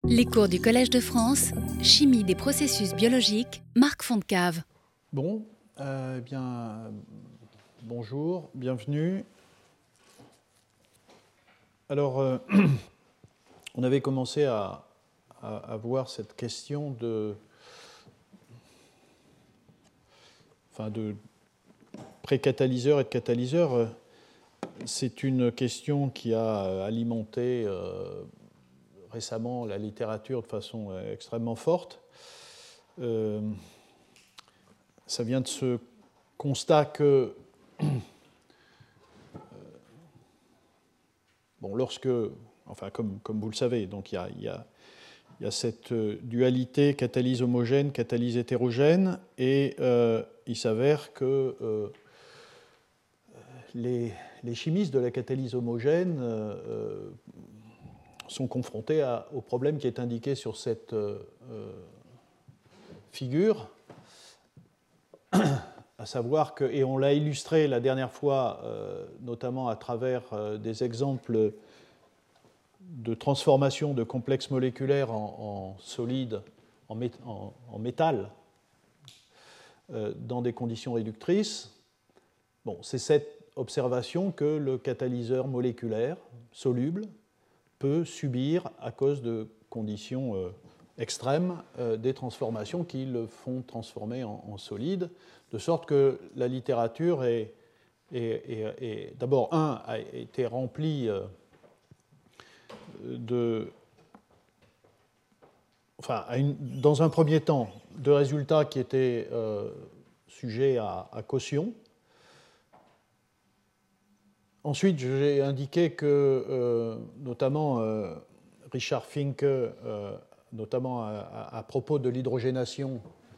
Les cours du Collège de France, Chimie des processus biologiques, Marc Fontcave. Bon, bonjour, bienvenue. Alors, on avait commencé à voir cette question de précatalyseur et de catalyseur. C'est une question qui a alimenté récemment la littérature de façon extrêmement forte. Ça vient de ce constat que, comme vous le savez, donc il y a cette dualité catalyse homogène, catalyse hétérogène, et il s'avère que les chimistes de la catalyse homogène sont confrontés au problème qui est indiqué sur cette figure, à savoir que, et on l'a illustré la dernière fois, notamment à travers des exemples de transformation de complexes moléculaires en solides, en métal, dans des conditions réductrices. Bon, c'est cette observation que le catalyseur moléculaire soluble peut subir à cause de conditions extrêmes des transformations qui le font transformer en solide, de sorte que la littérature d'abord, a été remplie dans un premier temps, de résultats qui étaient sujets à caution. Ensuite, j'ai indiqué que, notamment, Richard Finke, notamment à propos de l'hydrogénation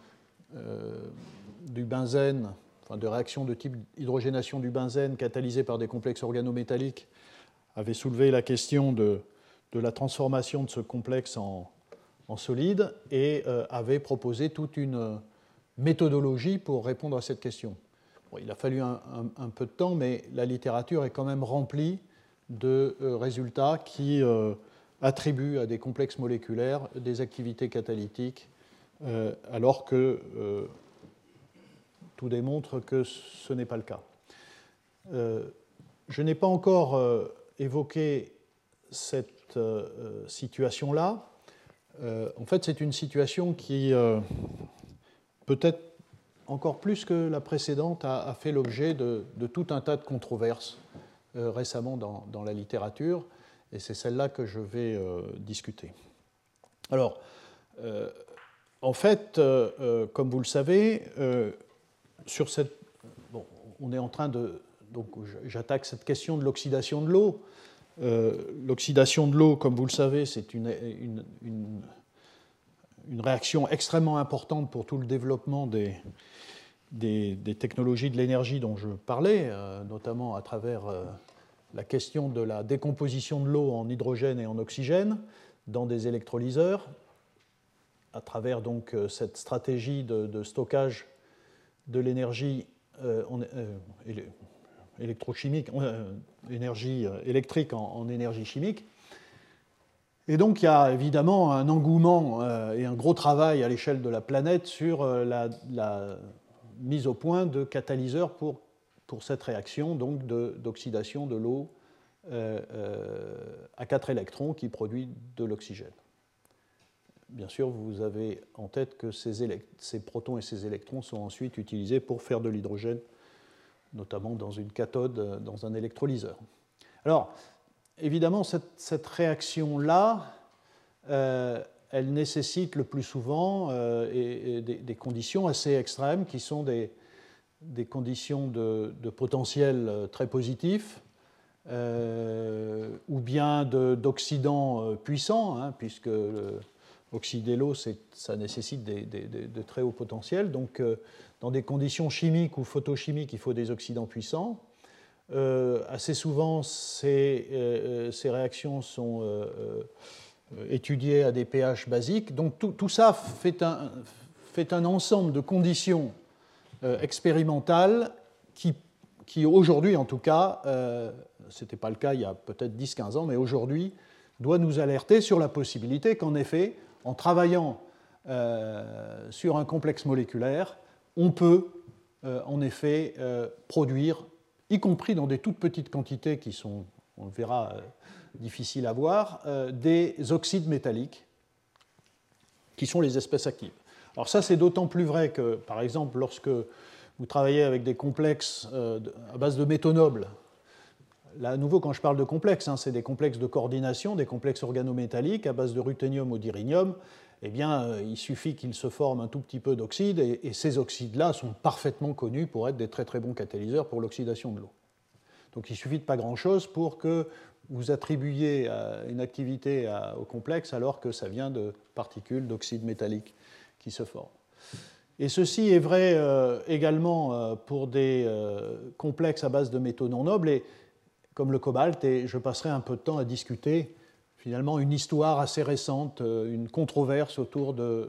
du benzène, de réactions de type hydrogénation du benzène catalysée par des complexes organométalliques, avait soulevé la question de la transformation de ce complexe en solide et avait proposé toute une méthodologie pour répondre à cette question. Bon, il a fallu un peu de temps, mais la littérature est quand même remplie de résultats qui attribuent à des complexes moléculaires des activités catalytiques, alors que tout démontre que ce n'est pas le cas. Je n'ai pas encore évoqué cette situation-là. En fait, c'est une situation qui, peut-être encore plus que la précédente, a fait l'objet de tout un tas de controverses récemment dans la littérature, et c'est celle-là que je vais discuter. Alors, en fait, comme vous le savez, sur cette... Bon, on est en train de... Donc, j'attaque cette question de l'oxydation de l'eau. L'oxydation de l'eau, comme vous le savez, c'est une réaction extrêmement importante pour tout le développement des technologies de l'énergie dont je parlais, notamment à travers la question de la décomposition de l'eau en hydrogène et en oxygène dans des électrolyseurs, à travers donc cette stratégie de stockage de l'énergie électrochimique, énergie électrique en énergie chimique. Et donc il y a évidemment un engouement et un gros travail à l'échelle de la planète sur la mise au point de catalyseurs pour cette réaction donc d'oxydation de l'eau à 4 électrons qui produit de l'oxygène. Bien sûr, vous avez en tête que ces protons et ces électrons sont ensuite utilisés pour faire de l'hydrogène, notamment dans une cathode, dans un électrolyseur. Alors, évidemment, cette réaction-là, elle nécessite le plus souvent des conditions assez extrêmes, qui sont des conditions de potentiel très positif, ou bien d'oxydants puissants, hein, puisque oxyder l'eau, ça nécessite de très hauts potentiels. Donc, dans des conditions chimiques ou photochimiques, il faut des oxydants puissants. Assez souvent, ces réactions sont étudiées à des pH basiques. Donc, tout ça fait un ensemble de conditions expérimentales qui aujourd'hui, en tout cas, ce n'était pas le cas il y a peut-être 10-15 ans, mais aujourd'hui, doit nous alerter sur la possibilité qu'en effet, en travaillant sur un complexe moléculaire, on peut en effet produire, y compris dans des toutes petites quantités qui sont, on le verra, difficiles à voir, des oxydes métalliques qui sont les espèces actives. Alors ça, c'est d'autant plus vrai que, par exemple, lorsque vous travaillez avec des complexes à base de métaux nobles, là, à nouveau, quand je parle de complexes, c'est des complexes de coordination, des complexes organométalliques à base de ruthénium ou d'irinium, eh bien, il suffit qu'il se forme un tout petit peu d'oxyde, et ces oxydes-là sont parfaitement connus pour être des très très bons catalyseurs pour l'oxydation de l'eau. Donc il suffit de pas grand-chose pour que vous attribuiez une activité au complexe alors que ça vient de particules d'oxyde métallique qui se forment. Et ceci est vrai également pour des complexes à base de métaux non nobles, et comme le cobalt, et je passerai un peu de temps à discuter finalement une histoire assez récente, une controverse autour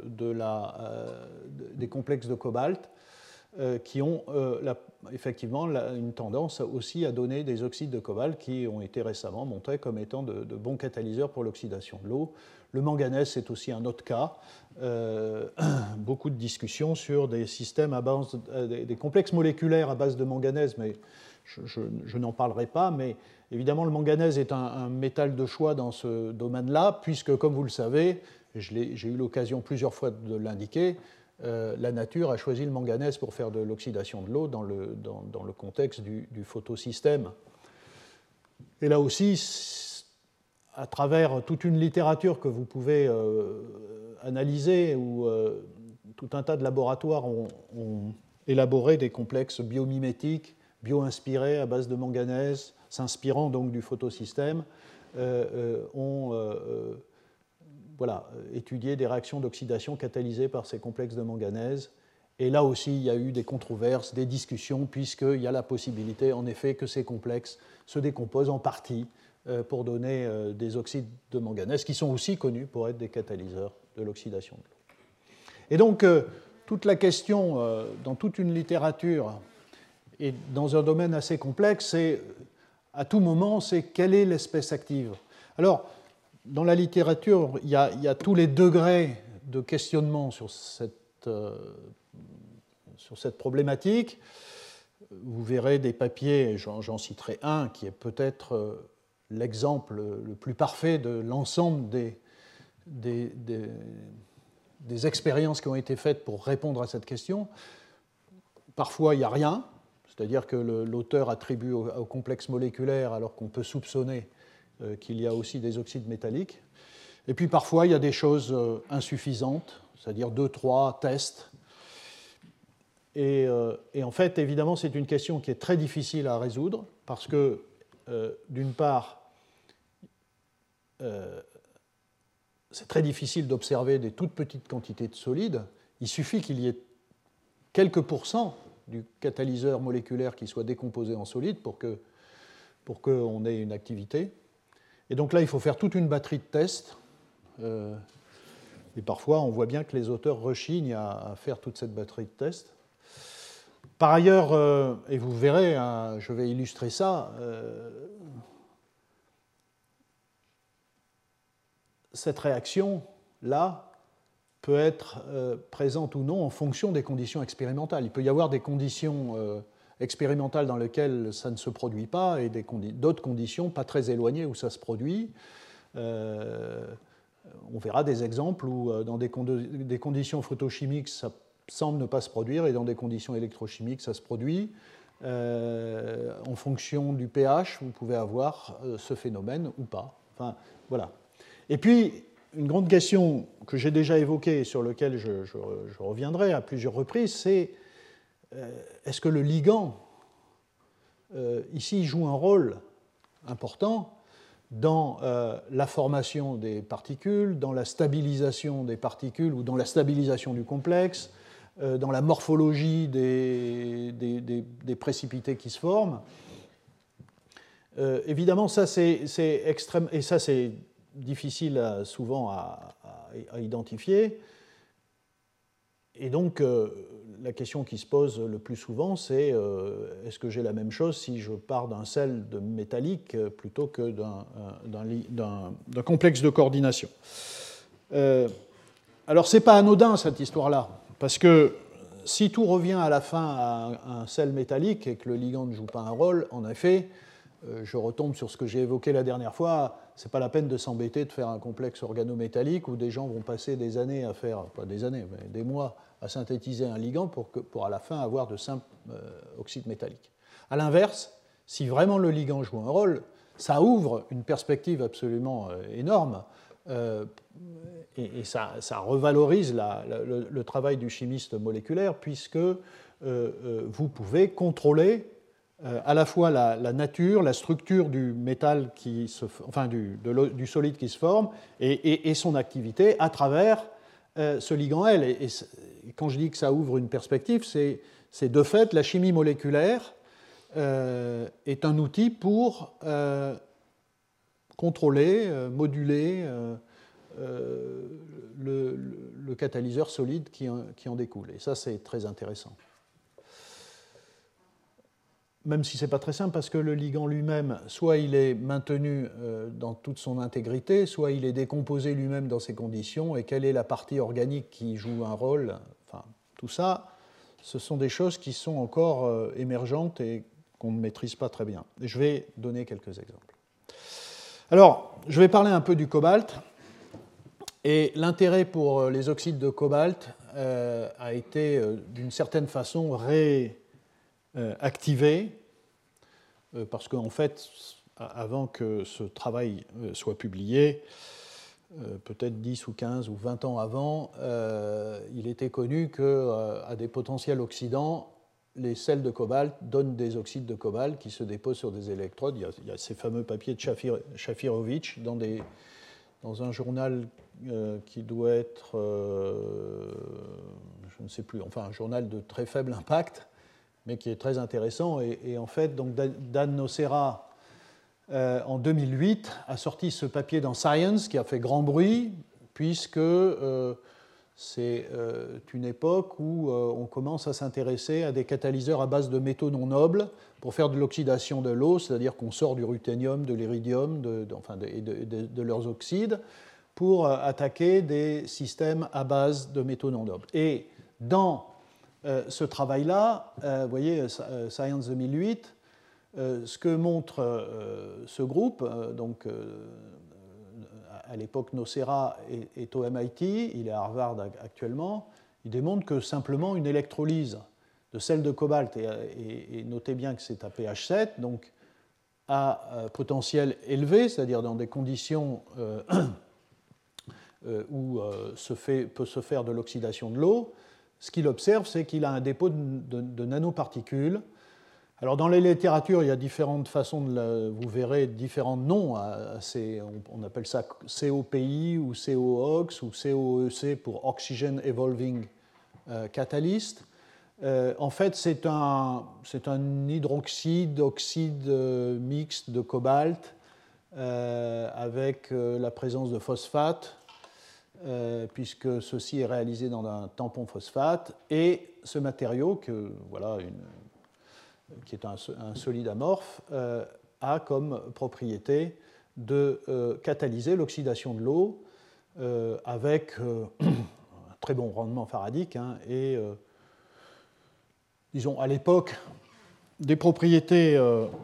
des complexes de cobalt qui ont effectivement une tendance aussi à donner des oxydes de cobalt qui ont été récemment montrés comme étant de bons catalyseurs pour l'oxydation de l'eau. Le manganèse, c'est aussi un autre cas. Beaucoup de discussions sur des systèmes à base, des complexes moléculaires à base de manganèse, mais je n'en parlerai pas, mais évidemment le manganèse est un métal de choix dans ce domaine-là, puisque, comme vous le savez, j'ai eu l'occasion plusieurs fois de l'indiquer, la nature a choisi le manganèse pour faire de l'oxydation de l'eau dans le contexte du photosystème. Et là aussi, à travers toute une littérature que vous pouvez analyser, où tout un tas de laboratoires ont élaboré des complexes biomimétiques, bio-inspirés à base de manganèse, s'inspirant donc du photosystème, ont étudié des réactions d'oxydation catalysées par ces complexes de manganèse. Et là aussi, il y a eu des controverses, des discussions, puisqu'il y a la possibilité, en effet, que ces complexes se décomposent en partie pour donner des oxydes de manganèse, qui sont aussi connus pour être des catalyseurs de l'oxydation de l'eau. Et donc, toute la question, dans toute une littérature, et dans un domaine assez complexe, c'est, à tout moment, c'est quelle est l'espèce active. Alors, dans la littérature, il y a tous les degrés de questionnement sur cette problématique. Vous verrez des papiers, j'en citerai un, qui est peut-être l'exemple le plus parfait de l'ensemble des expériences qui ont été faites pour répondre à cette question. Parfois, il n'y a rien, c'est-à-dire que l'auteur attribue au complexe moléculaire alors qu'on peut soupçonner qu'il y a aussi des oxydes métalliques. Et puis parfois, il y a des choses insuffisantes, c'est-à-dire 2-3 tests. Et en fait, évidemment, c'est une question qui est très difficile à résoudre parce que, d'une part, c'est très difficile d'observer des toutes petites quantités de solides. Il suffit qu'il y ait quelques pourcents du catalyseur moléculaire qui soit décomposé en solide pour qu'on ait une activité. Et donc là, il faut faire toute une batterie de tests. Et parfois, on voit bien que les auteurs rechignent à faire toute cette batterie de tests. Par ailleurs, et vous verrez, je vais illustrer ça, cette réaction-là peut être présente ou non en fonction des conditions expérimentales. Il peut y avoir des conditions expérimentales dans lesquelles ça ne se produit pas et d'autres conditions pas très éloignées où ça se produit. On verra des exemples où dans des conditions photochimiques, ça semble ne pas se produire et dans des conditions électrochimiques, ça se produit. En fonction du pH, vous pouvez avoir ce phénomène ou pas. Enfin, voilà. Et puis, une grande question que j'ai déjà évoquée et sur laquelle je reviendrai à plusieurs reprises, c'est est-ce que le ligand, ici, joue un rôle important dans la formation des particules, dans la stabilisation des particules ou dans la stabilisation du complexe, dans la morphologie des précipités qui se forment. Évidemment, ça c'est extrême, et ça c'est difficile souvent à identifier. Et donc, la question qui se pose le plus souvent, c'est est-ce que j'ai la même chose si je pars d'un sel de métallique plutôt que d'un complexe de coordination. Alors, ce n'est pas anodin, cette histoire-là, parce que si tout revient à la fin à un sel métallique et que le ligand ne joue pas un rôle, en effet, je retombe sur ce que j'ai évoqué la dernière fois, ce n'est pas la peine de s'embêter de faire un complexe organométallique où des gens vont passer des années à faire, pas des années, mais des mois à synthétiser un ligand pour à la fin avoir de simples oxydes métalliques. A l'inverse, si vraiment le ligand joue un rôle, ça ouvre une perspective absolument énorme et ça revalorise le travail du chimiste moléculaire puisque vous pouvez contrôler à la fois la nature, la structure du métal du solide qui se forme et son activité à travers ce ligand L. Et quand je dis que ça ouvre une perspective, c'est de fait la chimie moléculaire est un outil pour contrôler, moduler le catalyseur solide qui en découle. Et ça, c'est très intéressant. Même si ce n'est pas très simple, parce que le ligand lui-même, soit il est maintenu dans toute son intégrité, soit il est décomposé lui-même dans ces conditions, et quelle est la partie organique qui joue un rôle, enfin, tout ça, ce sont des choses qui sont encore émergentes et qu'on ne maîtrise pas très bien. Et je vais donner quelques exemples. Alors, je vais parler un peu du cobalt, et l'intérêt pour les oxydes de cobalt a été, d'une certaine façon, activé, parce qu'en fait, avant que ce travail soit publié, peut-être 10 ou 15 ou 20 ans avant, il était connu qu'à des potentiels oxydants, les sels de cobalt donnent des oxydes de cobalt qui se déposent sur des électrodes. Il y a ces fameux papiers de Shafirovich dans un journal qui doit être, je ne sais plus, enfin un journal de très faible impact, mais qui est très intéressant. Et en fait, donc Dan Nocera, en 2008, a sorti ce papier dans Science qui a fait grand bruit, puisque c'est une époque où on commence à s'intéresser à des catalyseurs à base de métaux non nobles pour faire de l'oxydation de l'eau, c'est-à-dire qu'on sort du ruthénium, de l'iridium, de leurs oxydes, pour attaquer des systèmes à base de métaux non nobles. Et dans ce travail-là, vous voyez, Science 2008, ce que montre ce groupe, donc à l'époque Nocera est au MIT, il est à Harvard actuellement, il démontre que simplement une électrolyse de sel de cobalt, et notez bien que c'est à pH 7, donc à potentiel élevé, c'est-à-dire dans des conditions où peut se faire de l'oxydation de l'eau, ce qu'il observe, c'est qu'il a un dépôt de nanoparticules. Alors, dans la littérature, il y a différentes façons, vous verrez différents noms. On appelle ça COPI ou COOX ou COEC pour Oxygen Evolving Catalyst. En fait, c'est un hydroxyde, oxyde mixte de cobalt avec la présence de phosphate, puisque ceci est réalisé dans un tampon phosphate, et ce matériau, qui est un solide amorphe, a comme propriété de catalyser l'oxydation de l'eau avec un très bon rendement faradique, et disons à l'époque des propriétés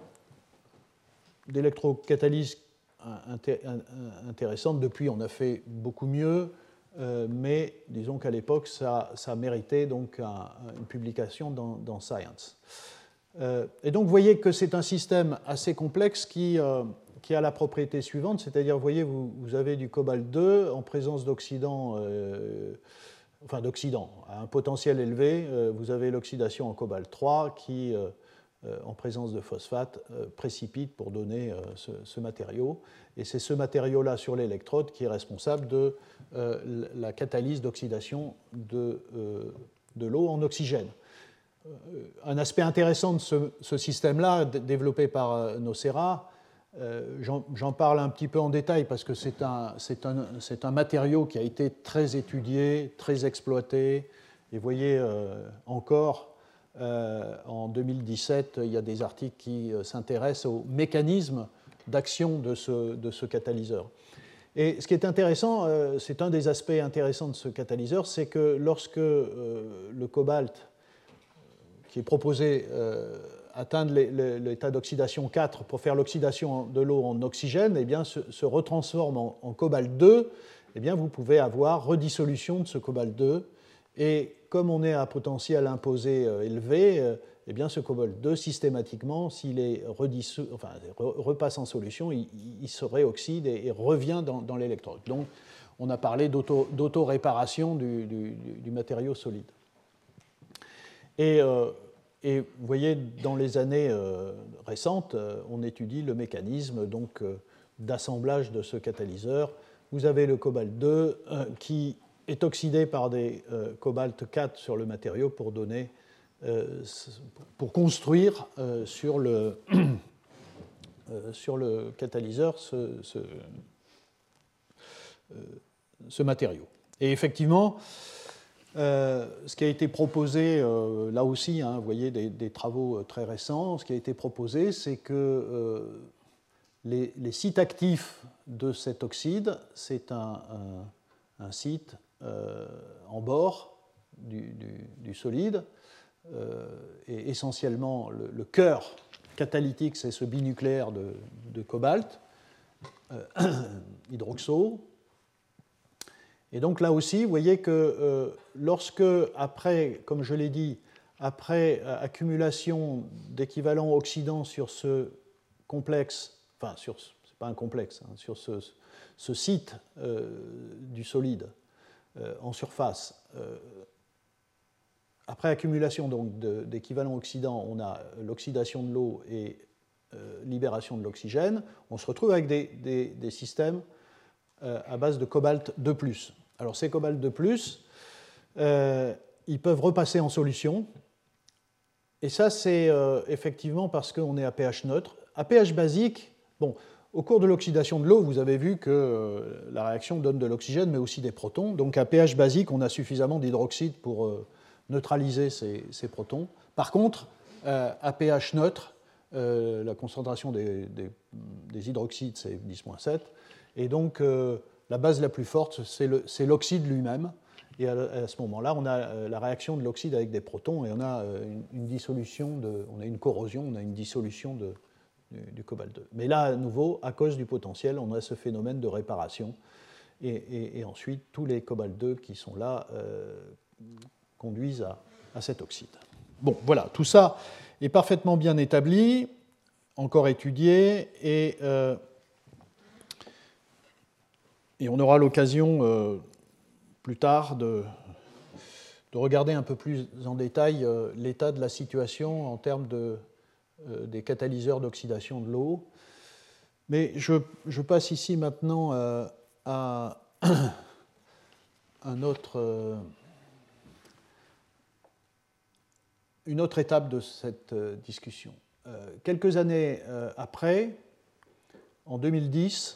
d'électrocatalyse intéressantes. Depuis, on a fait beaucoup mieux, mais disons qu'à l'époque, ça méritait donc une publication dans Science. Et donc, vous voyez que c'est un système assez complexe qui a la propriété suivante, c'est-à-dire, vous voyez, vous avez du cobalt 2 en présence d'oxydants, d'oxydants à un potentiel élevé. Vous avez l'oxydation en cobalt 3 qui, en présence de phosphate, précipite pour donner ce matériau. Et c'est ce matériau-là sur l'électrode qui est responsable de la catalyse d'oxydation de l'eau en oxygène. Un aspect intéressant de ce système-là, développé par Nocera, j'en parle un petit peu en détail parce que c'est un matériau qui a été très étudié, très exploité, Et vous voyez encore, en 2017, il y a des articles qui s'intéressent au mécanisme d'action de ce catalyseur. Et ce qui est intéressant, c'est un des aspects intéressants de ce catalyseur, c'est que lorsque le cobalt qui est proposé atteint l'état d'oxydation 4 pour faire l'oxydation de l'eau en oxygène, eh bien, se retransforme en cobalt 2, eh bien, vous pouvez avoir redissolution de ce cobalt 2. Et comme on est à potentiel imposé élevé, eh bien, ce cobalt 2, systématiquement, s'il est repasse en solution, il se réoxyde et revient dans l'électrode. Donc, on a parlé d'auto-réparation du matériau solide. Et vous voyez, dans les années récentes, on étudie le mécanisme d'assemblage de ce catalyseur. Vous avez le cobalt 2 qui est oxydé par des cobalt 4 sur le matériau pour construire sur le catalyseur ce matériau. Et effectivement, ce qui a été proposé, là aussi, hein, vous voyez des travaux très récents, ce qui a été proposé, c'est que les sites actifs de cet oxyde, c'est un site en bord du solide, et essentiellement le cœur catalytique, c'est ce binucléaire de cobalt, hydroxo. Et donc là aussi, vous voyez que lorsque, après, comme je l'ai dit, après accumulation d'équivalents oxydants sur ce complexe, enfin, c'est pas un complexe, hein, sur ce site du solide en surface, après accumulation d'équivalents oxydants, on a l'oxydation de l'eau et libération de l'oxygène, on se retrouve avec des systèmes à base de cobalt 2+. Alors ces cobalt 2+, ils peuvent repasser en solution, et ça c'est effectivement parce qu'on est à pH neutre. À pH basique, bon, au cours de l'oxydation de l'eau, vous avez vu que la réaction donne de l'oxygène, mais aussi des protons. Donc à pH basique, on a suffisamment d'hydroxyde pour neutraliser ces protons. Par contre, à pH neutre, la concentration des hydroxydes, c'est 10-7. Et donc, la base la plus forte, c'est l'oxyde lui-même. Et à ce moment-là, on a la réaction de l'oxyde avec des protons, et on a une dissolution, on a une corrosion, on a une dissolution du cobalt 2. Mais là, à nouveau, à cause du potentiel, on a ce phénomène de réparation. Et ensuite, tous les cobalt 2 qui sont là conduisent à cet oxyde. Bon, voilà, tout ça est parfaitement bien établi, encore étudié, et on aura l'occasion plus tard de regarder un peu plus en détail l'état de la situation en termes des catalyseurs d'oxydation de l'eau. Mais je passe ici maintenant à une autre étape de cette discussion. Quelques années après, en 2010,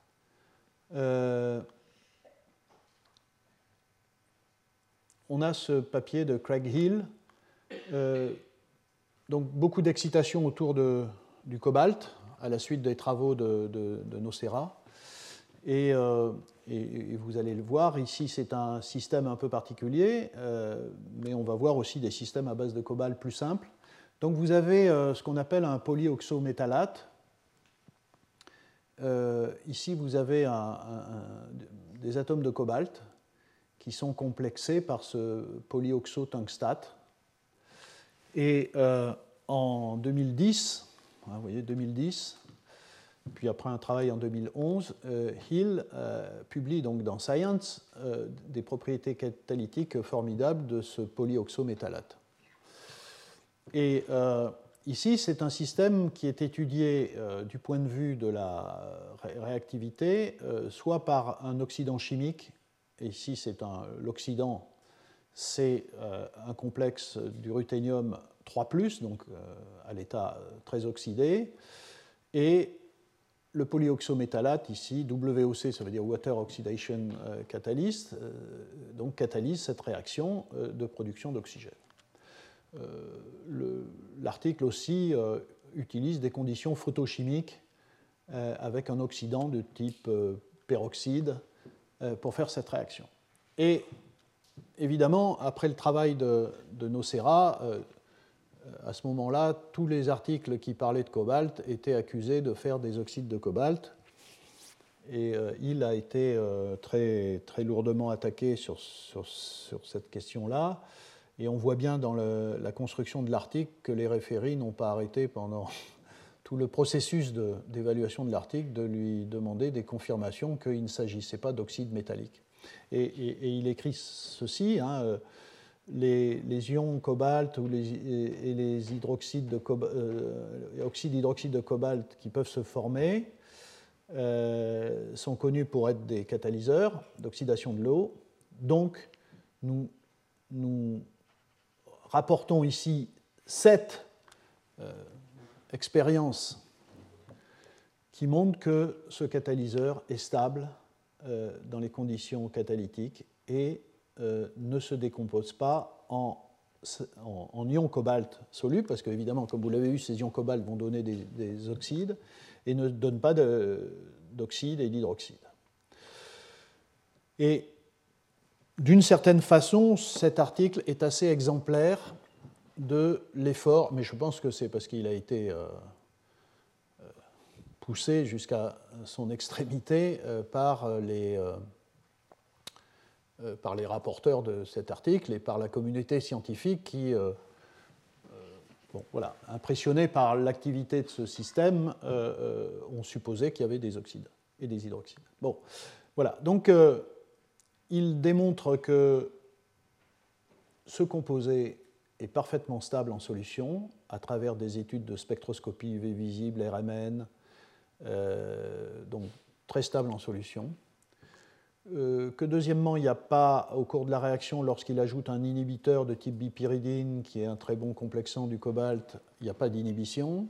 on a ce papier de Craig Hill, donc beaucoup d'excitation autour du cobalt à la suite des travaux de Nocera. Et vous allez le voir, ici c'est un système un peu particulier, mais on va voir aussi des systèmes à base de cobalt plus simples. Donc vous avez ce qu'on appelle un polyoxométallate. Ici vous avez des atomes de cobalt qui sont complexés par ce polyoxotungstate. Et en 2010, vous voyez 2010, puis après un travail en 2011, Hill publie donc dans Science des propriétés catalytiques formidables de ce polyoxométallate. Et ici, c'est un système qui est étudié du point de vue de la réactivité, soit par un oxydant chimique, et ici c'est l'oxydant, c'est un complexe du ruthénium 3+, donc à l'état très oxydé, et le polyoxométallate, ici, WOC, ça veut dire Water Oxidation Catalyst, donc catalyse cette réaction de production d'oxygène. L'article aussi utilise des conditions photochimiques avec un oxydant de type peroxyde pour faire cette réaction. Et évidemment, après le travail de Nocera, à ce moment-là, tous les articles qui parlaient de cobalt étaient accusés de faire des oxydes de cobalt. Et il a été très, très lourdement attaqué sur cette question-là. Et on voit bien dans la construction de l'article que les référés n'ont pas arrêté pendant tout le processus d'évaluation de l'article de lui demander des confirmations qu'il ne s'agissait pas d'oxyde métallique. Et il écrit ceci, hein, les ions cobalt ou les hydroxydes de oxydes hydroxyde de cobalt qui peuvent se former sont connus pour être des catalyseurs d'oxydation de l'eau. Donc, nous rapportons ici 7 expériences qui montrent que ce catalyseur est stable dans les conditions catalytiques et ne se décompose pas en ions cobalt solubles, parce qu'évidemment, comme vous l'avez vu, ces ions cobalt vont donner des oxydes et ne donnent pas d'oxyde et d'hydroxyde. Et d'une certaine façon, cet article est assez exemplaire de l'effort, mais je pense que c'est parce qu'il a été poussé jusqu'à son extrémité par les rapporteurs de cet article et par la communauté scientifique qui, impressionnés par l'activité de ce système, ont supposé qu'il y avait des oxydes et des hydroxydes. Bon, voilà. Donc, il démontre que ce composé est parfaitement stable en solution à travers des études de spectroscopie UV visible, RMN, donc très stable en solution. Que deuxièmement, il n'y a pas, au cours de la réaction, lorsqu'il ajoute un inhibiteur de type bipyridine, qui est un très bon complexant du cobalt, il n'y a pas d'inhibition.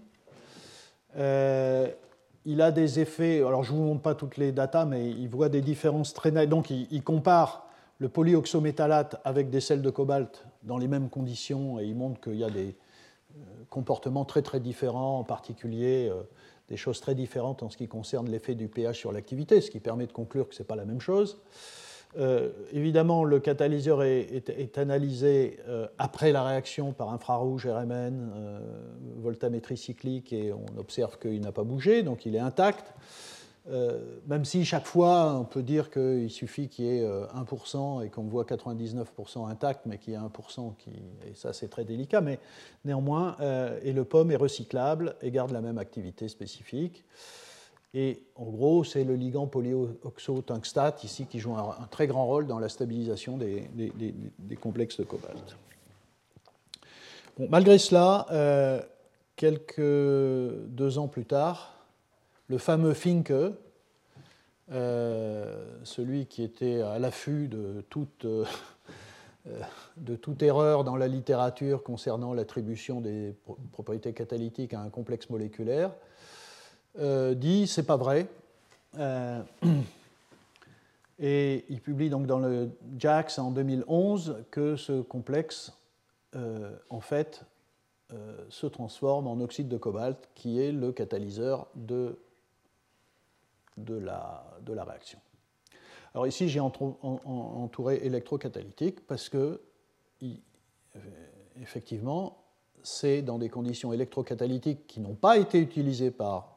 Il a des effets, alors je ne vous montre pas toutes les datas, mais il voit des différences très nettes. Donc il compare le polyoxométallate avec des sels de cobalt dans les mêmes conditions et il montre qu'il y a des comportements très très différents, en particulier des choses très différentes en ce qui concerne l'effet du pH sur l'activité, ce qui permet de conclure que ce n'est pas la même chose. Évidemment, le catalyseur est analysé après la réaction par infrarouge, RMN, voltammétrie cyclique, et on observe qu'il n'a pas bougé, donc il est intact. Même si chaque fois, on peut dire qu'il suffit qu'il y ait 1% et qu'on voit 99% intact, mais qu'il y ait 1% et ça c'est très délicat, mais néanmoins, et le POM est recyclable et garde la même activité spécifique. Et en gros, c'est le ligand polyoxotungstate ici qui joue un très grand rôle dans la stabilisation des complexes de cobalt. Bon, malgré cela, quelques 2 ans plus tard, le fameux Finke, celui qui était à l'affût de toute erreur dans la littérature concernant l'attribution des propriétés catalytiques à un complexe moléculaire, dit c'est pas vrai. Et il publie donc dans le JACS en 2011 que ce complexe, en fait, se transforme en oxyde de cobalt, qui est le catalyseur de la réaction. Alors ici, j'ai entouré électrocatalytique parce que, effectivement, c'est dans des conditions électrocatalytiques qui n'ont pas été utilisées par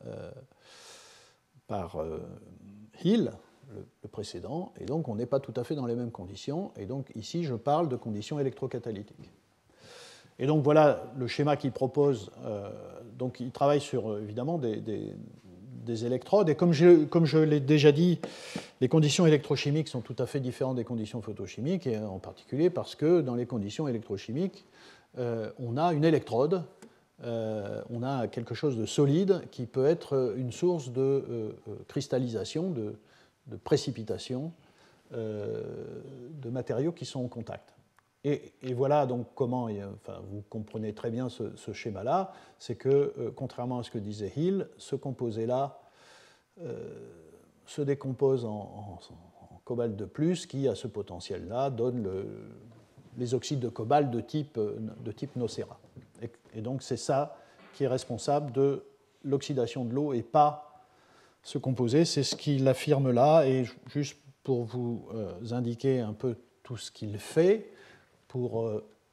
Hill, le précédent, et donc on n'est pas tout à fait dans les mêmes conditions, et donc ici je parle de conditions électrocatalytiques. Et donc voilà le schéma qu'il propose. Donc il travaille sur évidemment des électrodes, et comme je l'ai déjà dit, les conditions électrochimiques sont tout à fait différentes des conditions photochimiques, et en particulier parce que dans les conditions électrochimiques, on a une électrode, on a quelque chose de solide qui peut être une source de cristallisation, de précipitation de matériaux qui sont en contact. Et voilà donc comment, vous comprenez très bien ce schéma-là, c'est que, contrairement à ce que disait Hill, ce composé-là se décompose en cobalt de plus, qui, à ce potentiel-là, donne les oxydes de cobalt de type Nocera. Et donc, c'est ça qui est responsable de l'oxydation de l'eau et pas ce composé. C'est ce qu'il affirme là. Et juste pour vous indiquer un peu tout ce qu'il fait, pour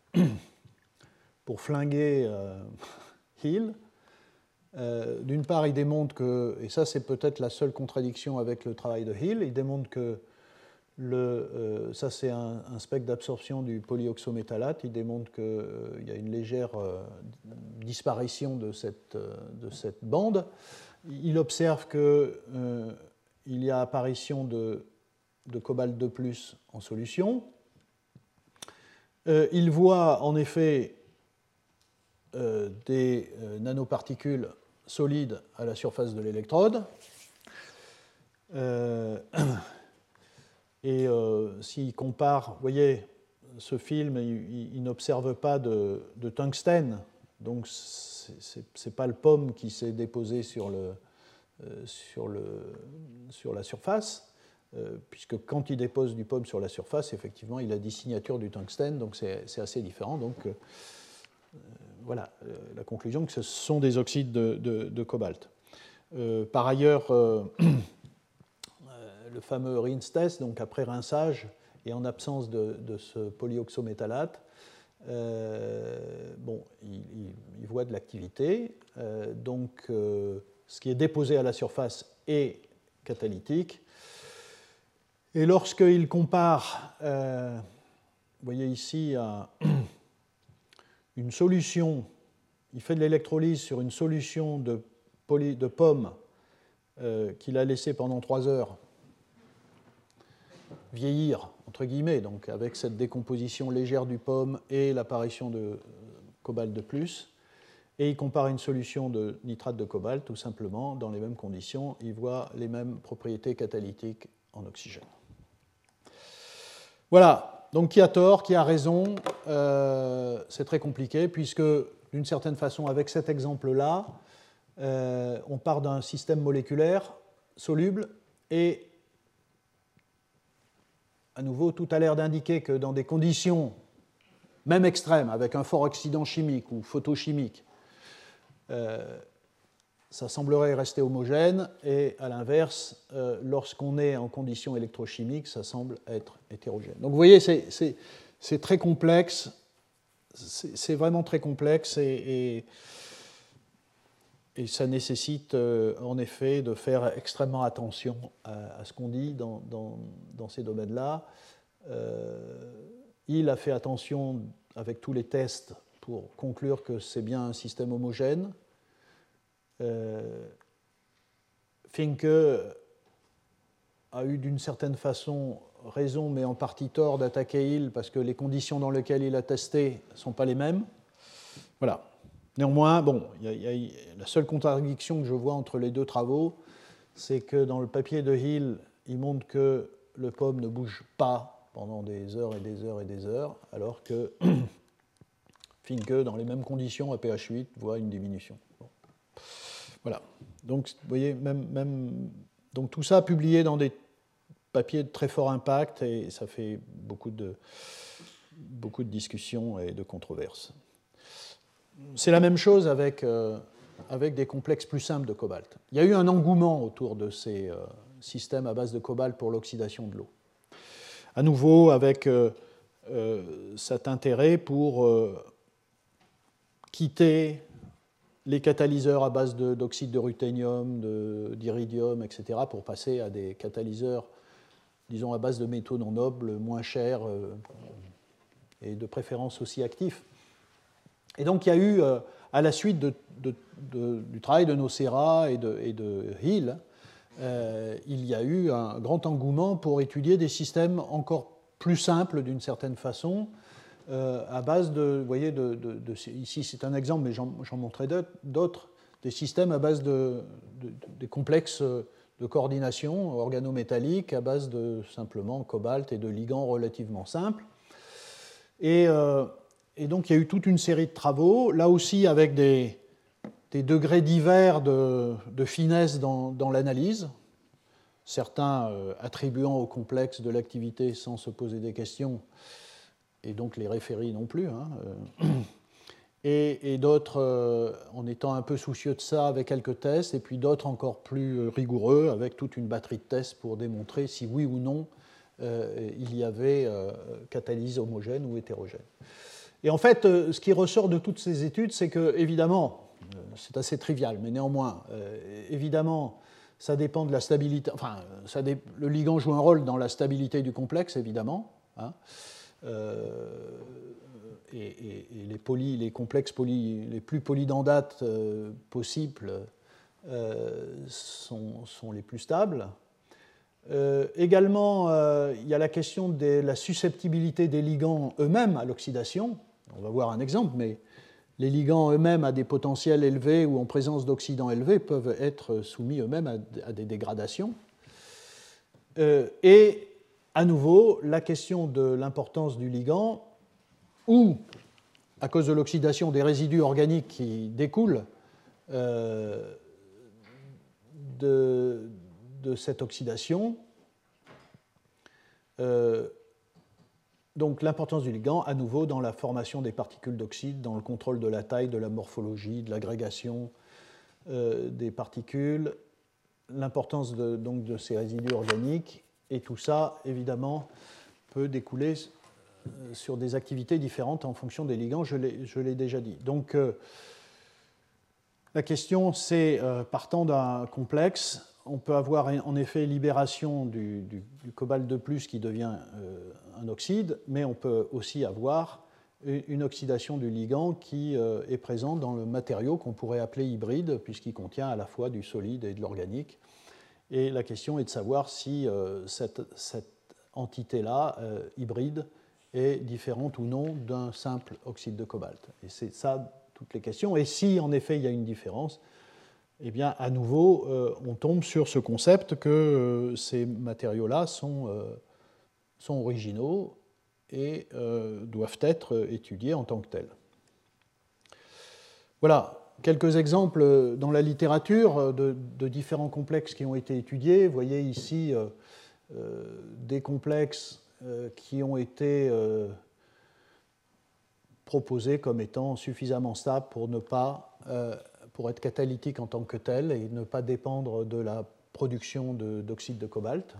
flinguer Hill, d'une part, il démontre que, et ça c'est peut-être la seule contradiction avec le travail de Hill, il démontre que ça c'est un spectre d'absorption du polyoxométallate, il démontre qu'il y a une légère disparition de cette bande. Il observe qu'il y a apparition de cobalt de plus en solution. Il voit en effet des nanoparticules solides à la surface de l'électrode. Et s'il compare, vous voyez, ce film, il n'observe pas de tungstène, donc ce n'est pas le POM qui s'est déposé sur la surface, puisque quand il dépose du POM sur la surface, effectivement, il a des signatures du tungstène, donc c'est assez différent. Donc voilà, la conclusion que ce sont des oxydes de cobalt. Par ailleurs, le fameux Rinse test, donc après rinçage et en absence de ce polyoxométallate, il voit de l'activité. Donc, ce qui est déposé à la surface est catalytique. Et lorsqu'il compare, vous voyez ici, une solution, il fait de l'électrolyse sur une solution de pomme qu'il a laissée pendant 3 heures vieillir, entre guillemets, donc avec cette décomposition légère du pomme et l'apparition de cobalt de plus, et il compare une solution de nitrate de cobalt, tout simplement, dans les mêmes conditions, il voit les mêmes propriétés catalytiques en oxygène. Voilà, donc qui a tort, qui a raison, c'est très compliqué, puisque d'une certaine façon, avec cet exemple-là, on part d'un système moléculaire soluble et à nouveau, tout a l'air d'indiquer que dans des conditions, même extrêmes, avec un fort oxydant chimique ou photochimique, ça semblerait rester homogène, et à l'inverse, lorsqu'on est en conditions électrochimiques, ça semble être hétérogène. Donc vous voyez, c'est très complexe, c'est vraiment très complexe, et ça nécessite en effet de faire extrêmement attention à ce qu'on dit dans ces domaines-là. Il a fait attention avec tous les tests pour conclure que c'est bien un système homogène. Finke a eu d'une certaine façon raison, mais en partie tort, d'attaquer Hill parce que les conditions dans lesquelles il a testé ne sont pas les mêmes. Voilà. Néanmoins, la seule contradiction que je vois entre les deux travaux, c'est que dans le papier de Hill, il montre que le POM ne bouge pas pendant des heures et des heures et des heures, alors que Finke, dans les mêmes conditions, à pH 8, voit une diminution. Bon. Voilà. Donc, vous voyez, donc tout ça publié dans des papiers de très fort impact, et ça fait beaucoup de discussions et de controverses. C'est la même chose avec des complexes plus simples de cobalt. Il y a eu un engouement autour de ces systèmes à base de cobalt pour l'oxydation de l'eau. À nouveau, avec cet intérêt pour quitter les catalyseurs à base d'oxyde de ruthénium, d'iridium, etc., pour passer à des catalyseurs, disons, à base de métaux non nobles, moins chers et de préférence aussi actifs. Et donc, il y a eu, à la suite du travail de Nocera et de Hill, il y a eu un grand engouement pour étudier des systèmes encore plus simples, d'une certaine façon, à base de, vous voyez, ici c'est un exemple, mais j'en montrerai d'autres, des systèmes à base des complexes de coordination organométallique à base de simplement cobalt et de ligands relativement simples. Et donc il y a eu toute une série de travaux, là aussi avec des des degrés divers de finesse dans l'analyse, certains attribuant au complexe de l'activité sans se poser des questions, et donc les référies non plus, hein, et d'autres en étant un peu soucieux de ça avec quelques tests, et puis d'autres encore plus rigoureux avec toute une batterie de tests pour démontrer si oui ou non il y avait catalyse homogène ou hétérogène. Et en fait, ce qui ressort de toutes ces études, c'est que, évidemment, c'est assez trivial, mais néanmoins, évidemment, ça dépend de la stabilité, enfin, le ligand joue un rôle dans la stabilité du complexe, évidemment, hein, et les complexes les plus polydendrites possibles sont les plus stables. Également, il y a la question de la susceptibilité des ligands eux-mêmes à l'oxydation. On va voir un exemple, mais les ligands eux-mêmes à des potentiels élevés ou en présence d'oxydants élevés peuvent être soumis eux-mêmes à des dégradations. Et à nouveau, la question de l'importance du ligand, ou à cause de l'oxydation des résidus organiques qui découlent de cette oxydation. Donc l'importance du ligand, à nouveau, dans la formation des particules d'oxyde, dans le contrôle de la taille, de la morphologie, de l'agrégation des particules, l'importance donc de ces résidus organiques, et tout ça, évidemment, peut découler sur des activités différentes en fonction des ligands, je l'ai déjà dit. Donc la question, c'est, partant d'un complexe, on peut avoir en effet libération du cobalt de plus qui devient un oxyde, mais on peut aussi avoir une oxydation du ligand qui est présente dans le matériau qu'on pourrait appeler hybride, puisqu'il contient à la fois du solide et de l'organique. Et la question est de savoir si cette entité-là, hybride, est différente ou non d'un simple oxyde de cobalt. Et c'est ça toutes les questions. Et si en effet il y a une différence, eh bien, à nouveau, on tombe sur ce concept que ces matériaux-là sont originaux et doivent être étudiés en tant que tels. Voilà quelques exemples dans la littérature de différents complexes qui ont été étudiés. Vous voyez ici des complexes qui ont été proposés comme étant suffisamment stables pour être catalytiques en tant que tels et ne pas dépendre de la production d'oxyde de cobalt.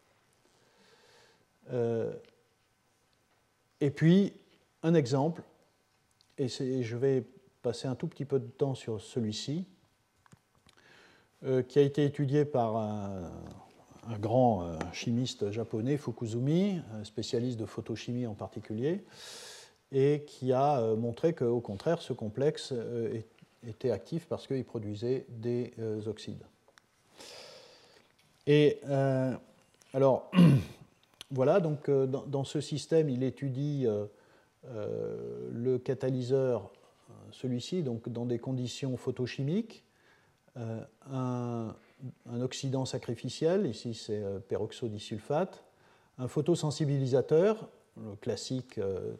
Et puis, un exemple, et je vais passer un tout petit peu de temps sur celui-ci, qui a été étudié par un grand chimiste japonais, Fukuzumi, spécialiste de photochimie en particulier, et qui a montré qu'au contraire, ce complexe était actif parce qu'il produisait des oxydes. Et alors, voilà, donc dans ce système, il étudie le catalyseur, celui-ci, donc dans des conditions photochimiques, un oxydant sacrificiel, ici c'est peroxodisulfate, un photosensibilisateur, le classique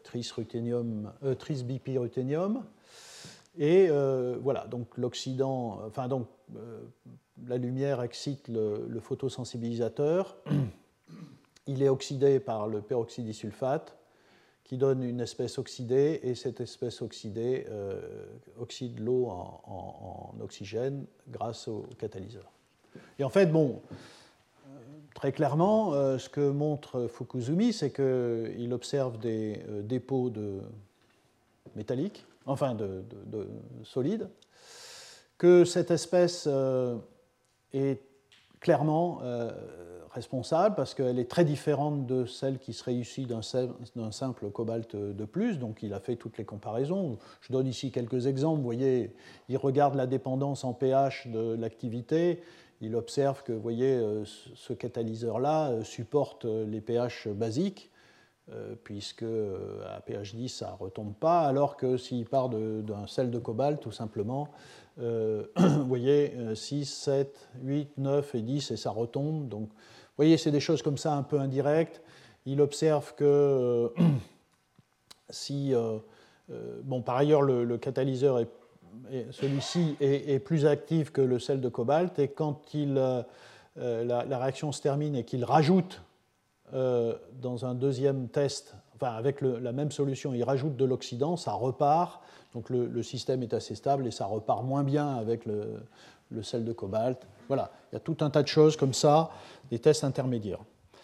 tris-bipyruthénium, et voilà, donc l'oxydant, enfin donc la lumière excite le photosensibilisateur, il est oxydé par le peroxydisulfate, qui donne une espèce oxydée, et cette espèce oxydée oxyde l'eau en oxygène grâce au catalyseur. Et en fait, bon, très clairement, ce que montre Fukuzumi, c'est qu'il observe des dépôts métalliques, enfin de solides, que cette espèce est clairement responsable parce qu'elle est très différente de celle qui serait issue d'un simple cobalt de plus, donc il a fait toutes les comparaisons. Je donne ici quelques exemples. Vous voyez, il regarde la dépendance en pH de l'activité, il observe que, vous voyez, ce catalyseur-là supporte les pH basiques, puisque à pH 10, ça ne retombe pas, alors que s'il part d'un sel de cobalt, tout simplement, vous voyez, 6, 7, 8, 9 et 10, et ça retombe. Donc, vous voyez, c'est des choses comme ça un peu indirectes. Il observe que si... bon, par ailleurs, le catalyseur est celui-ci est plus actif que le sel de cobalt, et quand la réaction se termine et qu'il rajoute dans un deuxième test, enfin avec la même solution, il rajoute de l'oxydant, ça repart, donc le système est assez stable et ça repart moins bien avec le sel de cobalt. Voilà, il y a tout un tas de choses comme ça, des tests intermédiaires.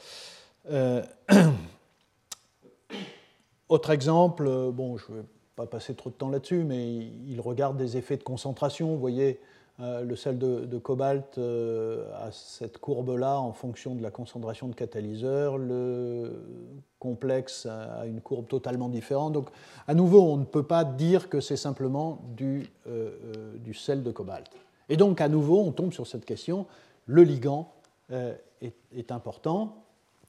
Autre exemple, bon, je ne vais pas passer trop de temps là-dessus, mais il regarde des effets de concentration. Vous voyez, le sel de cobalt a cette courbe-là en fonction de la concentration de catalyseur. Le complexe a une courbe totalement différente. Donc, à nouveau, on ne peut pas dire que c'est simplement du sel de cobalt. Et donc, à nouveau, on tombe sur cette question. Le ligand est important.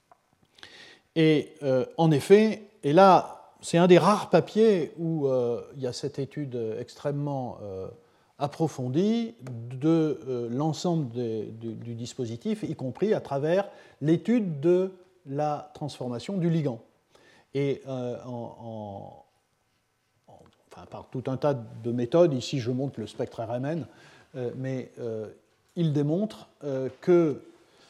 Et en effet, et là, c'est un des rares papiers où il y a cette étude extrêmement approfondie de l'ensemble du dispositif, y compris à travers l'étude de la transformation du ligand. Et enfin, par tout un tas de méthodes, ici je montre le spectre RMN, mais il démontre qu'il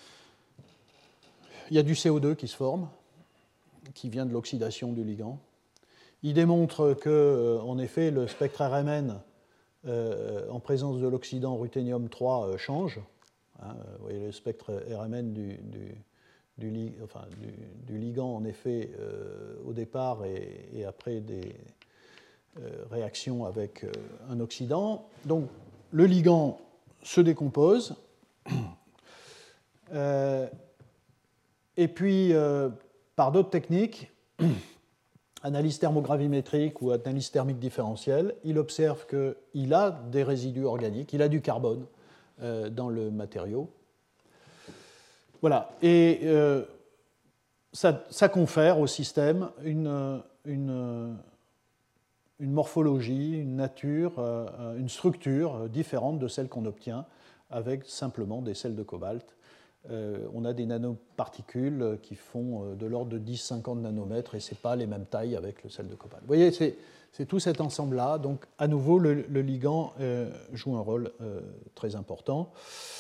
y a du CO2 qui se forme, qui vient de l'oxydation du ligand. Il démontre que, en effet, le spectre RMN, en présence de l'oxydant ruthénium-3, change. Hein, vous voyez le spectre RMN du ligand, en effet, au départ et après des réactions avec un oxydant. Donc, le ligand se décompose. Et puis, par d'autres techniques, analyse thermogravimétrique ou analyse thermique différentielle, il observe qu'il a des résidus organiques, il a du carbone dans le matériau. Voilà. Et ça confère au système une morphologie, une nature, une structure différente de celle qu'on obtient avec simplement des sels de cobalt. On a des nanoparticules qui font de l'ordre de 10-50 nanomètres et ce n'est pas les mêmes tailles avec le sel de cobalt. Vous voyez, c'est tout cet ensemble-là. Donc, à nouveau, le ligand joue un rôle très important.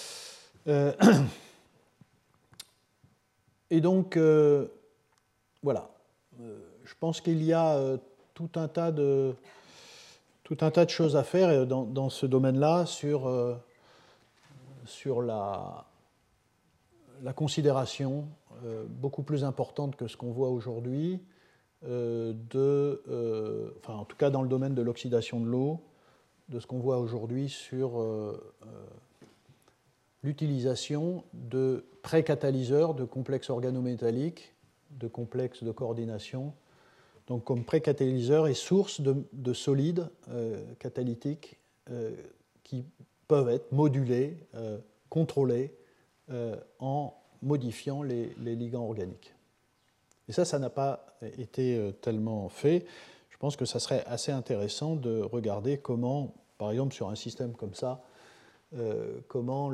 Et donc, voilà. Je pense qu'il y a tout un tas de choses à faire dans ce domaine-là sur la considération beaucoup plus importante que ce qu'on voit aujourd'hui, enfin en tout cas dans le domaine de l'oxydation de l'eau, de ce qu'on voit aujourd'hui sur l'utilisation de précatalyseurs, de complexes organométalliques, de complexes de coordination, donc comme précatalyseurs et source de solides catalytiques qui peuvent être modulés, contrôlés, en modifiant les ligands organiques. Et ça n'a pas été tellement fait. Je pense que ça serait assez intéressant de regarder comment, par exemple sur un système comme ça, comment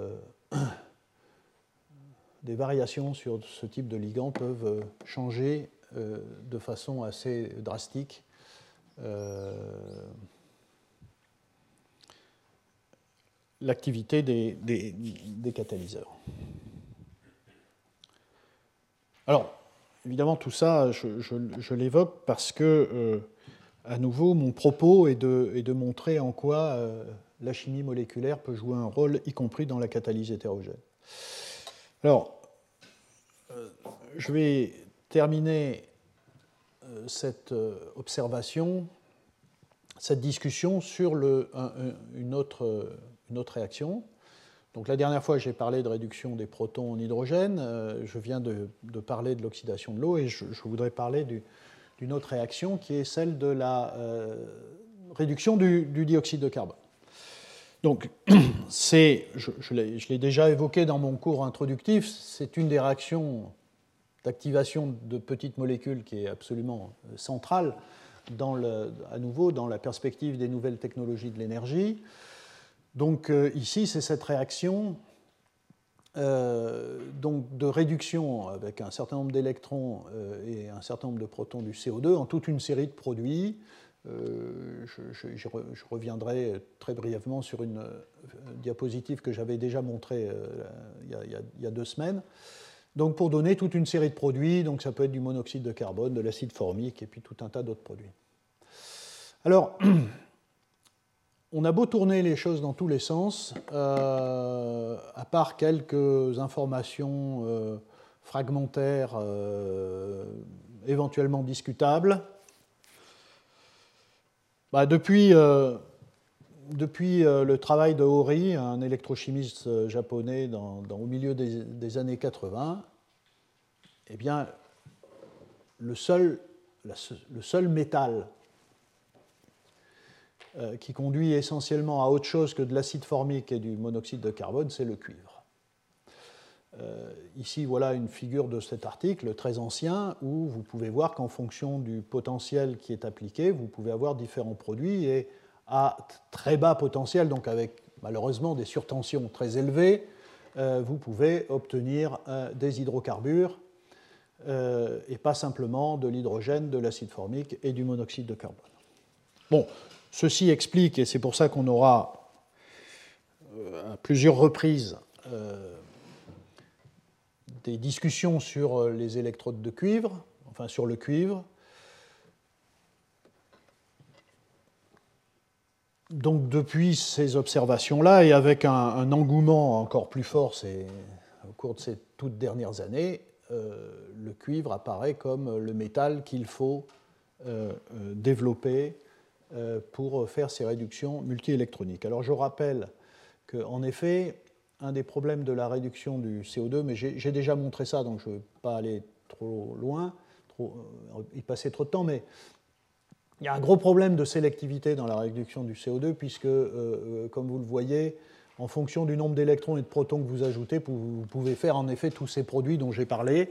des variations sur ce type de ligand peuvent changer de façon assez drastique l'activité des catalyseurs. Alors, évidemment, tout ça, je l'évoque parce que, à nouveau, mon propos est de montrer en quoi la chimie moléculaire peut jouer un rôle, y compris dans la catalyse hétérogène. Alors, je vais terminer cette observation, cette discussion sur une autre réaction. Donc la dernière fois, j'ai parlé de réduction des protons en hydrogène. Je viens de parler de l'oxydation de l'eau et je voudrais parler d'une autre réaction qui est celle de la réduction du dioxyde de carbone. Donc, je l'ai déjà évoqué dans mon cours introductif, c'est une des réactions d'activation de petites molécules qui est absolument centrale, à nouveau, dans la perspective des nouvelles technologies de l'énergie. Donc ici, c'est cette réaction donc de réduction avec un certain nombre d'électrons et un certain nombre de protons du CO2 en toute une série de produits Je reviendrai très brièvement sur une diapositive que j'avais déjà montrée il y a 2 semaines. Donc pour donner toute une série de produits, donc ça peut être du monoxyde de carbone, de l'acide formique et puis tout un tas d'autres produits. Alors, on a beau tourner les choses dans tous les sens, à part quelques informations fragmentaires éventuellement discutables. Depuis le travail de Hori, un électrochimiste japonais au milieu des années 80, eh bien, le seul métal qui conduit essentiellement à autre chose que de l'acide formique et du monoxyde de carbone, c'est le cuivre. Ici, voilà une figure de cet article très ancien où vous pouvez voir qu'en fonction du potentiel qui est appliqué, vous pouvez avoir différents produits et à très bas potentiel, donc avec malheureusement des surtensions très élevées, vous pouvez obtenir des hydrocarbures et pas simplement de l'hydrogène, de l'acide formique et du monoxyde de carbone. Bon, ceci explique, et c'est pour ça qu'on aura à plusieurs reprises des discussions sur les électrodes de cuivre, enfin sur le cuivre. Donc depuis ces observations-là, et avec un engouement encore plus fort au cours de ces toutes dernières années, le cuivre apparaît comme le métal qu'il faut développer pour faire ces réductions multiélectroniques. Alors je rappelle qu'en effet, un des problèmes de la réduction du CO2, mais j'ai déjà montré ça, donc je ne vais pas aller trop loin, y passer trop de temps, mais il y a un gros problème de sélectivité dans la réduction du CO2, puisque, comme vous le voyez, en fonction du nombre d'électrons et de protons que vous ajoutez, vous pouvez faire en effet tous ces produits dont j'ai parlé,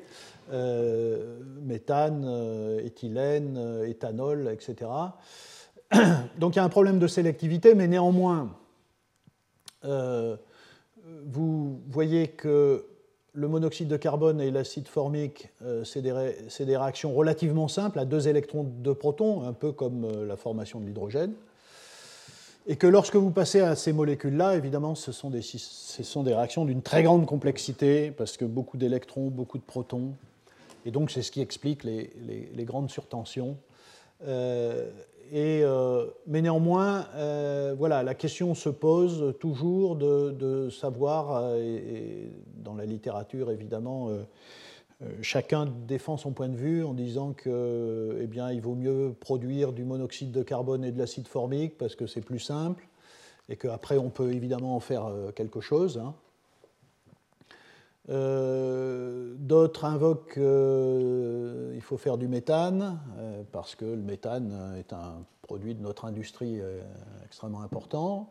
méthane, éthylène, éthanol, etc. Donc il y a un problème de sélectivité, mais néanmoins, vous voyez que le monoxyde de carbone et l'acide formique, c'est des réactions relativement simples à 2 électrons, 2 protons, un peu comme la formation de l'hydrogène. Et que lorsque vous passez à ces molécules-là, évidemment, ce sont des réactions d'une très grande complexité, parce que beaucoup d'électrons, beaucoup de protons. Et donc, c'est ce qui explique les grandes surtensions. Mais néanmoins, voilà, la question se pose toujours de savoir, et dans la littérature évidemment, chacun défend son point de vue en disant que, eh bien, il vaut mieux produire du monoxyde de carbone et de l'acide formique parce que c'est plus simple et qu'après on peut évidemment en faire quelque chose. D'autres invoquent qu'il faut faire du méthane, parce que le méthane est un produit de notre industrie extrêmement important.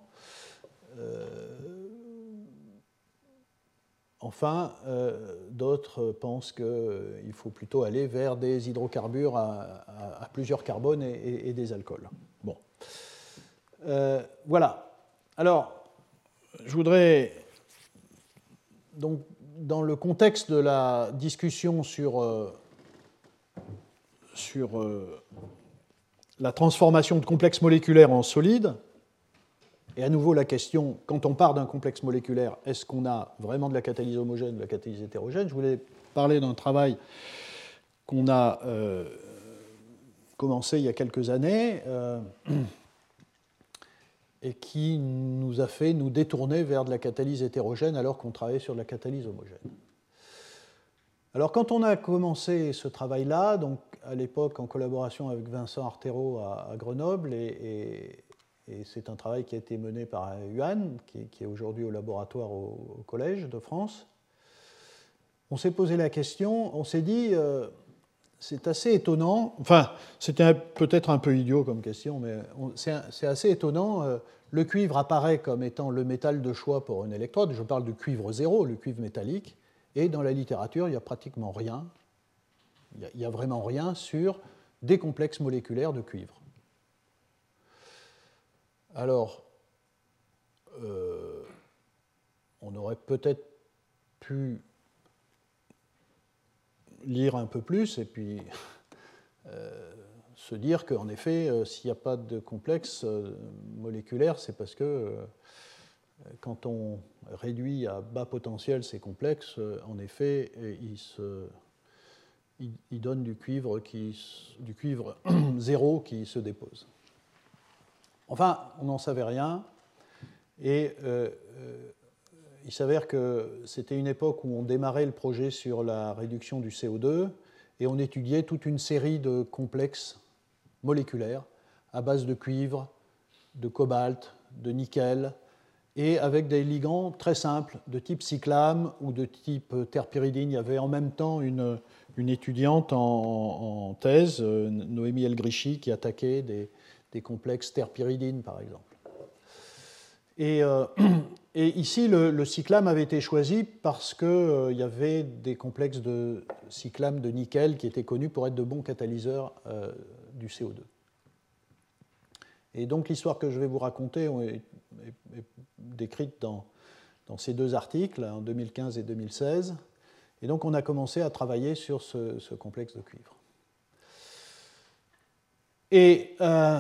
Enfin, d'autres pensent qu'il faut plutôt aller vers des hydrocarbures à plusieurs carbones et des alcools. Bon. Voilà. Alors, je voudrais donc, dans le contexte de la discussion sur la transformation de complexes moléculaires en solides, et à nouveau la question, quand on part d'un complexe moléculaire, est-ce qu'on a vraiment de la catalyse homogène, de la catalyse hétérogène? Je voulais parler d'un travail qu'on a commencé il y a quelques années et qui nous a fait nous détourner vers de la catalyse hétérogène alors qu'on travaillait sur de la catalyse homogène. Alors quand on a commencé ce travail-là, donc à l'époque en collaboration avec Vincent Artero à Grenoble, et c'est un travail qui a été mené par Yuan, qui est aujourd'hui au laboratoire au Collège de France, on s'est posé la question, on s'est dit, c'est assez étonnant, enfin c'était peut-être un peu idiot comme question, mais c'est assez étonnant, le cuivre apparaît comme étant le métal de choix pour une électrode, je parle du cuivre zéro, le cuivre métallique, et dans la littérature, il n'y a pratiquement rien, il n'y a vraiment rien sur des complexes moléculaires de cuivre. Alors, on aurait peut-être pu lire un peu plus et puis se dire qu'en effet, s'il n'y a pas de complexe moléculaire, c'est parce que quand on réduit à bas potentiel ces complexes, en effet, ils donnent du cuivre zéro qui se dépose. Enfin, on n'en savait rien, et il s'avère que c'était une époque où on démarrait le projet sur la réduction du CO2, et on étudiait toute une série de complexes moléculaires à base de cuivre, de cobalt, de nickel, et avec des ligands très simples, de type cyclame ou de type terpyridine. Il y avait en même temps une étudiante en thèse, Noémie Elgrichi, qui attaquait des complexes terpyridine, par exemple. Et ici, le cyclame avait été choisi parce qu'il y avait des complexes de cyclame de nickel qui étaient connus pour être de bons catalyseurs du CO2. Et donc l'histoire que je vais vous raconter est décrite dans ces deux articles, en 2015 et 2016. Et donc on a commencé à travailler sur ce complexe de cuivre. Et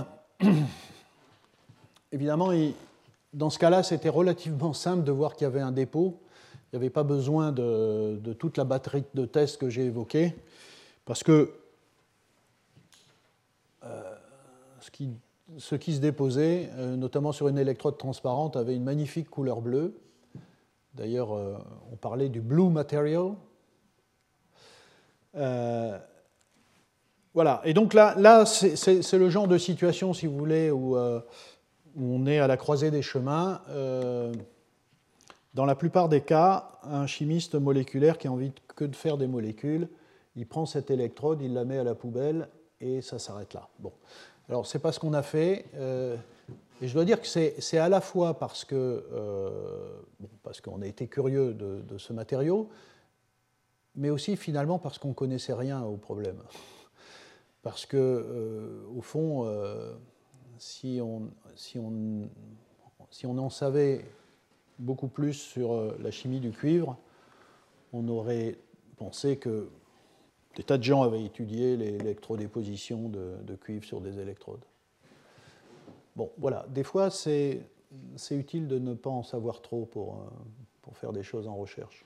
évidemment, dans ce cas-là, c'était relativement simple de voir qu'il y avait un dépôt. Il n'y avait pas besoin de toute la batterie de tests que j'ai évoquée, parce que ce qui se déposait, notamment sur une électrode transparente, avait une magnifique couleur bleue. D'ailleurs, on parlait du blue material. Voilà. Et donc là c'est le genre de situation, si vous voulez, où on est à la croisée des chemins. Dans la plupart des cas, un chimiste moléculaire qui a envie que de faire des molécules, il prend cette électrode, il la met à la poubelle et ça s'arrête là. Bon. Alors, ce n'est pas ce qu'on a fait. Et je dois dire que c'est à la fois parce qu'on a été curieux de ce matériau, mais aussi finalement parce qu'on ne connaissait rien au problème. Parce que, au fond, si on en savait beaucoup plus sur la chimie du cuivre, on aurait pensé que des tas de gens avaient étudié l'électrodéposition de cuivre sur des électrodes. Bon, voilà. Des fois, c'est utile de ne pas en savoir trop pour faire des choses en recherche.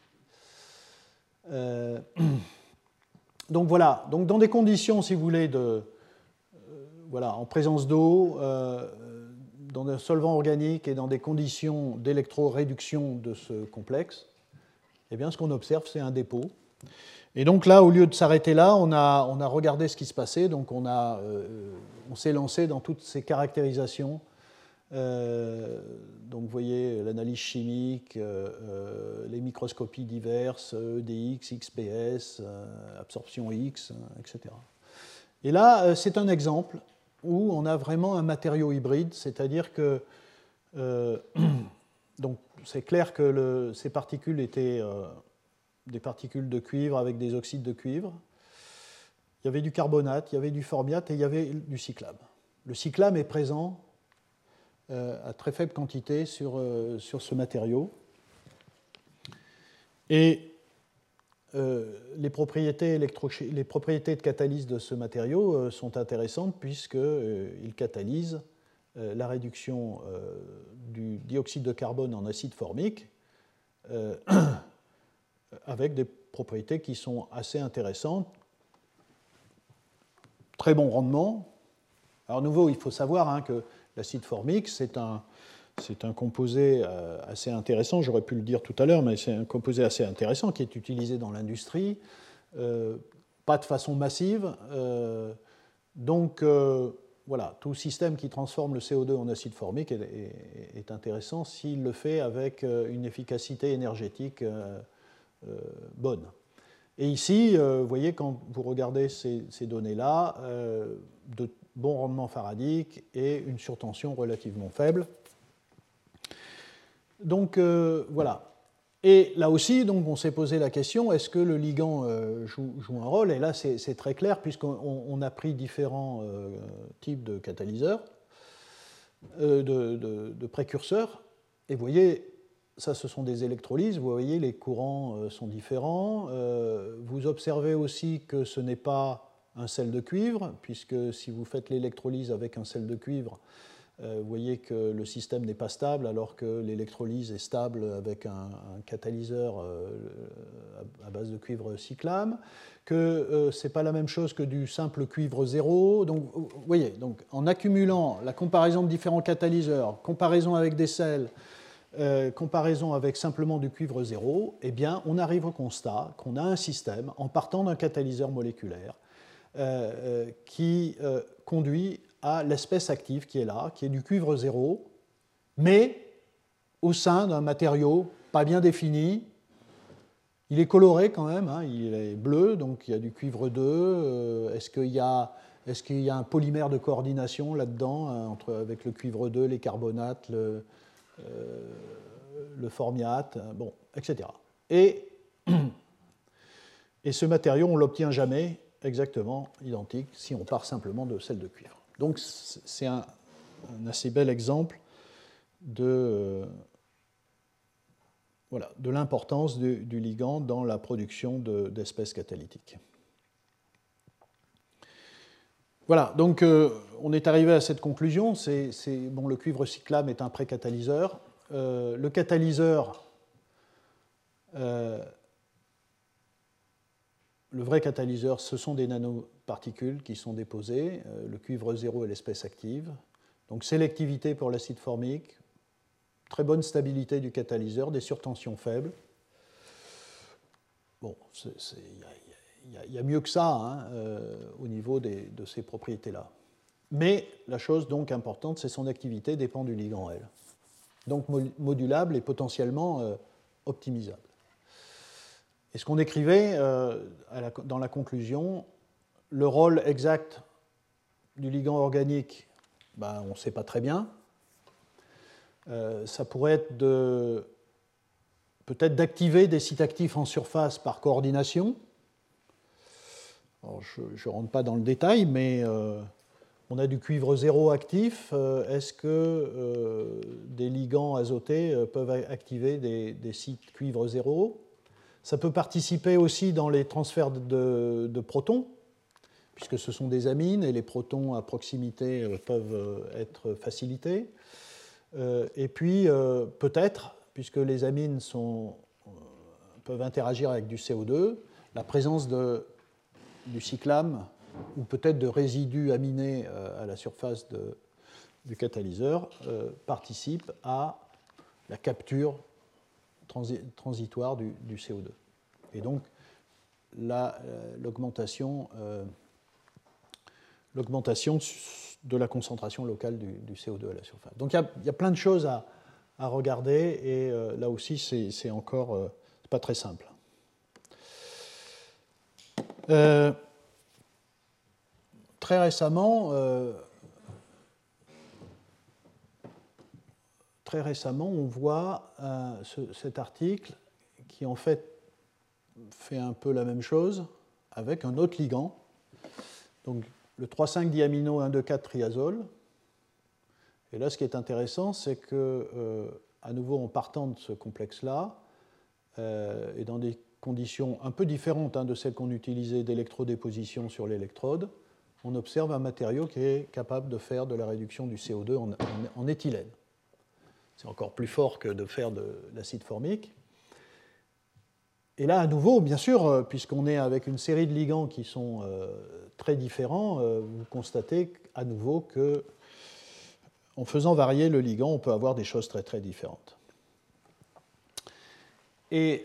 Donc voilà. Donc dans des conditions, si vous voulez, en présence d'eau, dans un solvant organique et dans des conditions d'électroréduction de ce complexe, eh bien, ce qu'on observe, c'est un dépôt. Et donc là, au lieu de s'arrêter là, on a regardé ce qui se passait. Donc on s'est lancé dans toutes ces caractérisations. Donc vous voyez l'analyse chimique, les microscopies diverses, EDX, XPS, absorption X, etc. Et là, c'est un exemple où on a vraiment un matériau hybride, c'est-à-dire que donc c'est clair que ces particules étaient des particules de cuivre avec des oxydes de cuivre. Il y avait du carbonate, il y avait du formiate et il y avait du cyclame. Le cyclame est présent à très faible quantité sur ce matériau. Et les propriétés de catalyse de ce matériau sont intéressantes puisqu'ils catalysent la réduction du dioxyde de carbone en acide formique avec des propriétés qui sont assez intéressantes. Très bon rendement. Alors, à nouveau, il faut savoir que l'acide formique, c'est un composé assez intéressant, j'aurais pu le dire tout à l'heure, mais c'est un composé assez intéressant qui est utilisé dans l'industrie, pas de façon massive. Donc, voilà, tout système qui transforme le CO2 en acide formique est intéressant s'il le fait avec une efficacité énergétique bonne. Et ici, vous voyez, quand vous regardez ces données-là, de bons rendements faradiques et une surtension relativement faible. Donc, voilà. Et là aussi, donc, on s'est posé la question, est-ce que le ligand joue un rôle? Et là, c'est très clair, puisqu'on a pris différents types de catalyseurs, de précurseurs. Et vous voyez, ça, ce sont des électrolyses. Vous voyez, les courants sont différents. Vous observez aussi que ce n'est pas un sel de cuivre, puisque si vous faites l'électrolyse avec un sel de cuivre, vous voyez que le système n'est pas stable, alors que l'électrolyse est stable avec un catalyseur à base de cuivre cyclame, que ce n'est pas la même chose que du simple cuivre zéro. Donc, vous voyez, donc, en accumulant la comparaison de différents catalyseurs, comparaison avec des sels, comparaison avec simplement du cuivre zéro, eh bien, on arrive au constat qu'on a un système, en partant d'un catalyseur moléculaire, qui conduit à l'espèce active qui est là, qui est du cuivre zéro, mais au sein d'un matériau pas bien défini. Il est coloré quand même, hein, il est bleu, donc il y a du cuivre 2. Est-ce qu'il y a un polymère de coordination là-dedans, avec le cuivre 2, les carbonates, le formiate, bon, etc. Et ce matériau, on ne l'obtient jamais exactement identique si on part simplement de sel de cuivre. Donc c'est un assez bel exemple de l'importance du ligand dans la production d'espèces catalytiques. Voilà, donc on est arrivé à cette conclusion. Le cuivre cyclame est un précatalyseur. Le catalyseur, le vrai catalyseur, ce sont des nanoparticules qui sont déposées. Le cuivre zéro est l'espèce active. Donc sélectivité pour l'acide formique, très bonne stabilité du catalyseur, des surtensions faibles. Bon, il y a mieux que ça, hein, au niveau de ces propriétés-là. Mais la chose donc importante, c'est son activité dépend du ligand L. Donc modulable et potentiellement optimisable. Et ce qu'on écrivait dans la conclusion, le rôle exact du ligand organique, on ne sait pas très bien. Ça pourrait être peut-être d'activer des sites actifs en surface par coordination. Alors, je ne rentre pas dans le détail, mais on a du cuivre zéro actif. Est-ce que des ligands azotés peuvent activer des sites cuivre zéro ? Ça peut participer aussi dans les transferts de protons, puisque ce sont des amines et les protons à proximité peuvent être facilités. Et puis, peut-être, puisque les amines peuvent interagir avec du CO2, la présence du cyclame ou peut-être de résidus aminés à la surface du catalyseur participe à la capture transitoire du CO2. Et donc, l'augmentation de la concentration locale du CO2 à la surface. Donc il y a plein de choses à regarder, et là aussi, c'est encore pas très simple. Très récemment, on voit cet article qui en fait un peu la même chose avec un autre ligand. Donc le 3,5-diamino 1,2,4-triazole. Et là, ce qui est intéressant, c'est que, à nouveau, en partant de ce complexe-là, et dans des conditions un peu différentes de celles qu'on utilisait d'électrodéposition sur l'électrode, on observe un matériau qui est capable de faire de la réduction du CO2 en éthylène. C'est encore plus fort que de faire de l'acide formique. Et là, à nouveau, bien sûr, puisqu'on est avec une série de ligands qui sont très différents, vous constatez à nouveau que, en faisant varier le ligand, on peut avoir des choses très très différentes. Et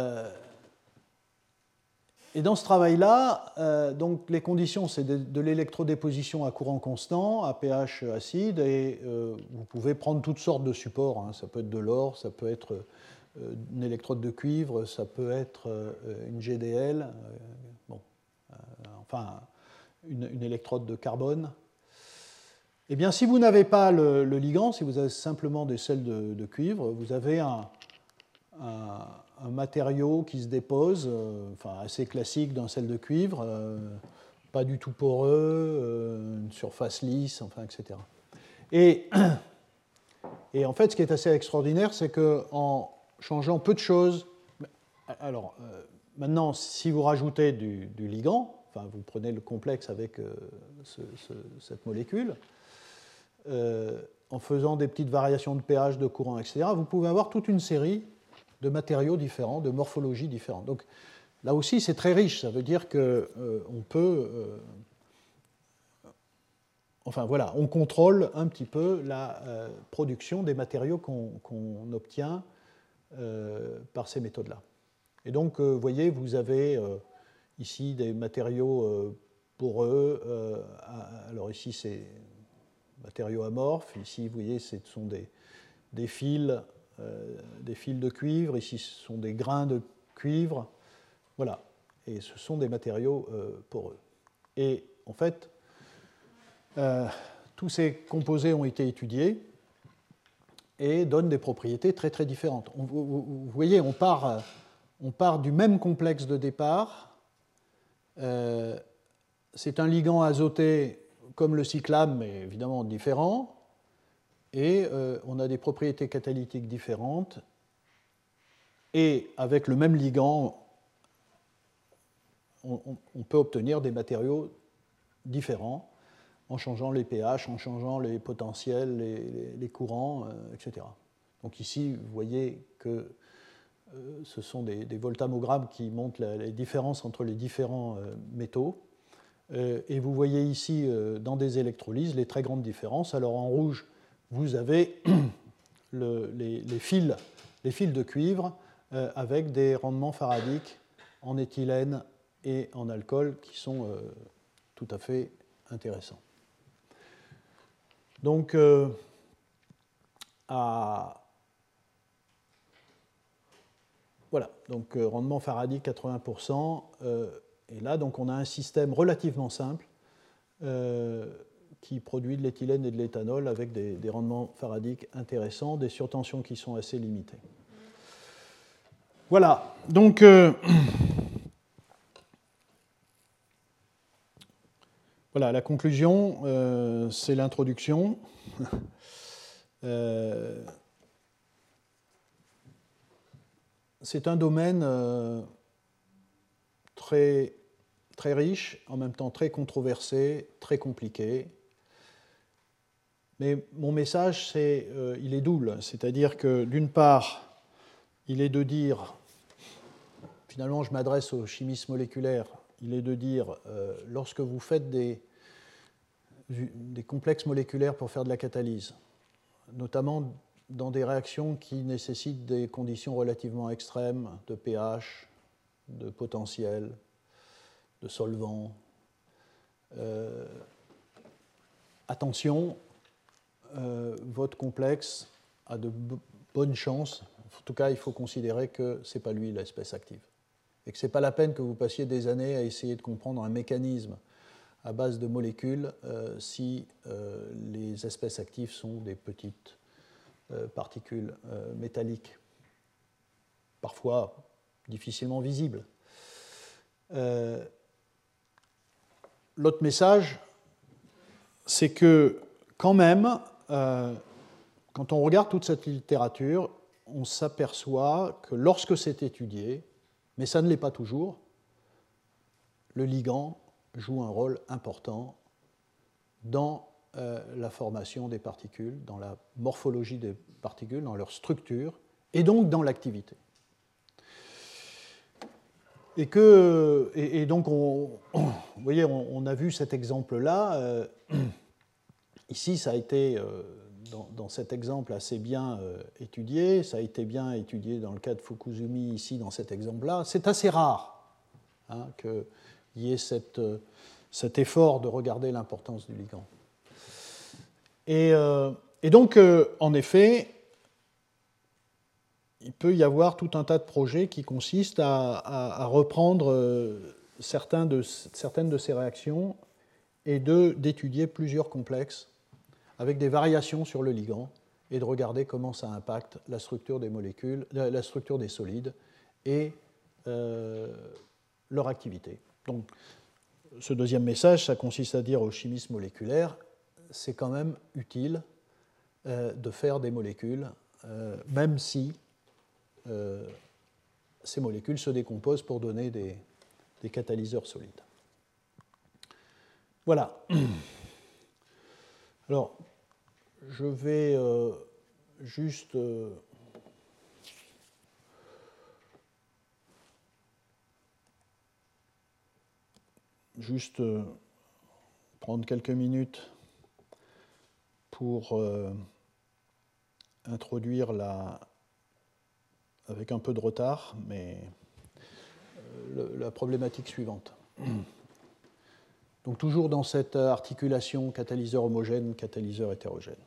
dans ce travail-là, donc les conditions, c'est de l'électrodéposition à courant constant, à pH acide, et vous pouvez prendre toutes sortes de supports. Hein. Ça peut être de l'or, ça peut être une électrode de cuivre, ça peut être une GDL, une électrode de carbone. Eh bien, si vous n'avez pas le ligand, si vous avez simplement des sels de cuivre, vous avez un matériau qui se dépose, assez classique d'un sel de cuivre, pas du tout poreux, une surface lisse, etc. Et en fait, ce qui est assez extraordinaire, c'est qu'en changeant peu de choses, alors maintenant, si vous rajoutez du ligand, enfin vous prenez le complexe avec cette molécule, en faisant des petites variations de pH, de courant, etc., vous pouvez avoir toute une série de matériaux différents, de morphologies différentes. Donc là aussi, c'est très riche. Ça veut dire qu'on peut... enfin voilà, on contrôle un petit peu la production des matériaux qu'on obtient par ces méthodes-là. Et donc, vous voyez, vous avez ici des matériaux poreux. Alors ici, c'est matériaux amorphes. Ici, vous voyez, ce sont des fils de cuivre. Ici, ce sont des grains de cuivre. Voilà. Et ce sont des matériaux poreux. Et en fait, tous ces composés ont été étudiés et donnent des propriétés très très différentes. Vous voyez, on part du même complexe de départ. C'est un ligand azoté comme le cyclame, mais évidemment différent. Et on a des propriétés catalytiques différentes. Et avec le même ligand, on peut obtenir des matériaux différents en changeant les pH, en changeant les potentiels, les courants, etc. Donc ici, vous voyez que ce sont des voltammogrammes qui montrent les différences entre les différents métaux. Et vous voyez ici, dans des électrolyses, les très grandes différences. Alors en rouge, vous avez les fils de cuivre avec des rendements faradiques en éthylène et en alcool qui sont tout à fait intéressants. Donc, voilà, donc rendement faradique 80%. Et là, donc, on a un système relativement simple qui produit de l'éthylène et de l'éthanol avec des rendements faradiques intéressants, des surtensions qui sont assez limitées. Voilà, donc voilà, la conclusion, c'est l'introduction. C'est un domaine très, très riche, en même temps très controversé, très compliqué. Mais mon message, il est double. C'est-à-dire que, d'une part, il est de dire, finalement je m'adresse aux chimistes moléculaires, il est de dire, lorsque vous faites des complexes moléculaires pour faire de la catalyse, notamment dans des réactions qui nécessitent des conditions relativement extrêmes de pH, de potentiel, de solvant, attention, votre complexe a de bonnes chances. En tout cas, il faut considérer que ce n'est pas lui l'espèce active. Et que ce n'est pas la peine que vous passiez des années à essayer de comprendre un mécanisme à base de molécules si les espèces actives sont des petites particules métalliques, parfois difficilement visibles. L'autre message, c'est que quand même, quand on regarde toute cette littérature, on s'aperçoit que lorsque c'est étudié, mais ça ne l'est pas toujours, le ligand joue un rôle important dans la formation des particules, dans la morphologie des particules, dans leur structure, et donc dans l'activité. Et donc, vous voyez, on a vu cet exemple-là. Ici, ça a été, dans cet exemple, assez bien étudié. Ça a été bien étudié dans le cas de Fukuzumi, ici, dans cet exemple-là. C'est assez rare qu'il y ait cet effort de regarder l'importance du ligand. Et donc, en effet, il peut y avoir tout un tas de projets qui consistent à reprendre certaines de ces réactions et d'étudier plusieurs complexes avec des variations sur le ligand et de regarder comment ça impacte la structure des molécules, la structure des solides et leur activité. Donc, ce deuxième message, ça consiste à dire aux chimistes moléculaires, c'est quand même utile de faire des molécules, même si ces molécules se décomposent pour donner des catalyseurs solides. Voilà. Alors, je vais juste prendre quelques minutes pour introduire avec un peu de retard, mais la problématique suivante. Donc toujours dans cette articulation catalyseur homogène, catalyseur hétérogène.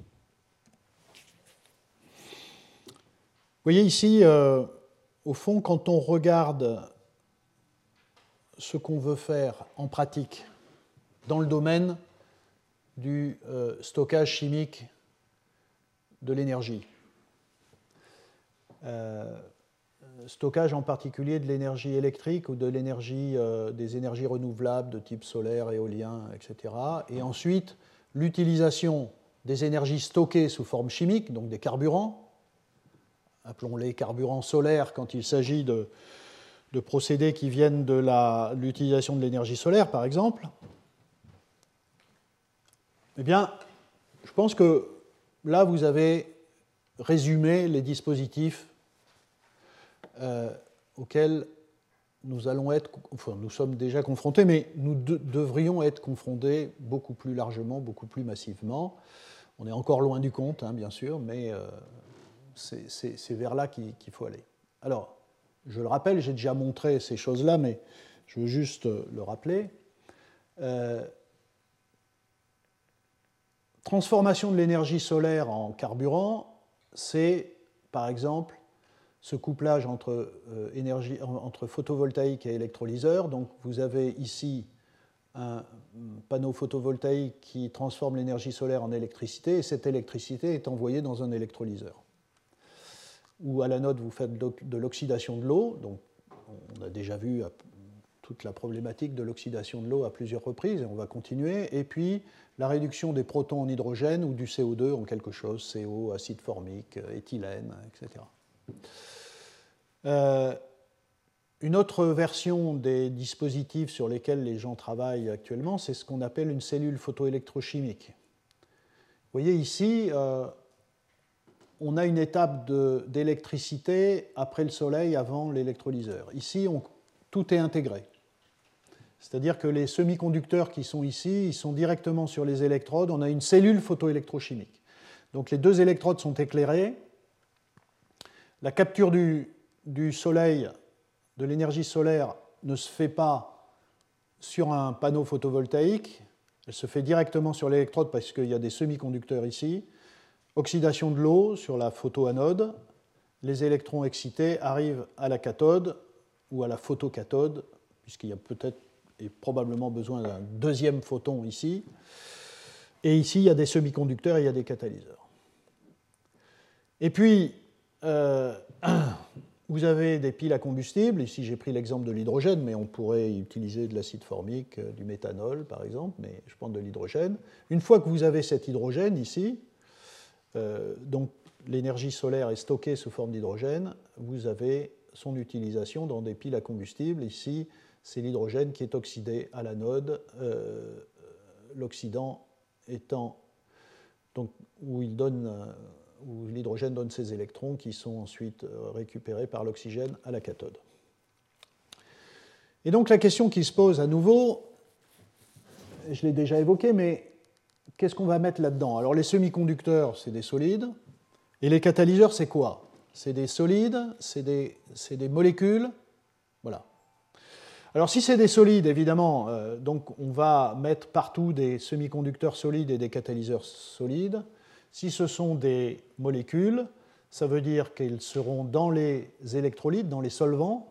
Vous voyez ici, au fond, quand on regarde ce qu'on veut faire en pratique dans le domaine du stockage chimique de l'énergie, stockage en particulier de l'énergie électrique ou de l'énergie, des énergies renouvelables de type solaire, éolien, etc. Et ensuite, l'utilisation des énergies stockées sous forme chimique, donc des carburants, appelons-les carburants solaires quand il s'agit de procédés qui viennent de l'utilisation de l'énergie solaire, par exemple. Eh bien, je pense que là, vous avez résumé les dispositifs auxquels nous sommes déjà confrontés, mais nous devrions être confrontés beaucoup plus largement, beaucoup plus massivement. On est encore loin du compte, hein, bien sûr, mais c'est vers là qu'il faut aller. Alors, je le rappelle, j'ai déjà montré ces choses-là, mais je veux juste le rappeler. Transformation de l'énergie solaire en carburant, c'est, par exemple, ce couplage entre photovoltaïque et électrolyseur. Donc, vous avez ici un panneau photovoltaïque qui transforme l'énergie solaire en électricité, et cette électricité est envoyée dans un électrolyseur. Ou à l'anode, vous faites de l'oxydation de l'eau. Donc, on a déjà vu toute la problématique de l'oxydation de l'eau à plusieurs reprises, et on va continuer. Et puis, la réduction des protons en hydrogène ou du CO2 en quelque chose, CO, acide formique, éthylène, etc. Une autre version des dispositifs sur lesquels les gens travaillent actuellement, c'est ce qu'on appelle une cellule photoélectrochimique. Vous voyez ici, on a une étape d'électricité après le soleil, avant l'électrolyseur. Ici, tout est intégré. C'est-à-dire que les semi-conducteurs qui sont ici, ils sont directement sur les électrodes. On a une cellule photoélectrochimique. Donc les deux électrodes sont éclairées. La capture du soleil, de l'énergie solaire, ne se fait pas sur un panneau photovoltaïque. Elle se fait directement sur l'électrode parce qu'il y a des semi-conducteurs ici. Oxydation de l'eau sur la photoanode. Les électrons excités arrivent à la cathode ou à la photocathode, puisqu'il y a peut-être et probablement besoin d'un deuxième photon ici. Et ici, il y a des semi-conducteurs et il y a des catalyseurs. Et puis, vous avez des piles à combustible. Ici, j'ai pris l'exemple de l'hydrogène, mais on pourrait utiliser de l'acide formique, du méthanol, par exemple, mais je prends de l'hydrogène. Une fois que vous avez cet hydrogène ici, donc l'énergie solaire est stockée sous forme d'hydrogène, vous avez son utilisation dans des piles à combustible. Ici, c'est l'hydrogène qui est oxydé à l'anode, l'oxydant étant donc, où l'hydrogène donne ses électrons qui sont ensuite récupérés par l'oxygène à la cathode. Et donc la question qui se pose à nouveau, je l'ai déjà évoqué, mais qu'est-ce qu'on va mettre là-dedans? Alors les semi-conducteurs, c'est des solides, et les catalyseurs, c'est quoi? C'est des solides, c'est des molécules, voilà. Alors si c'est des solides, évidemment, donc on va mettre partout des semi-conducteurs solides et des catalyseurs solides. Si ce sont des molécules, ça veut dire qu'ils seront dans les électrolytes, dans les solvants.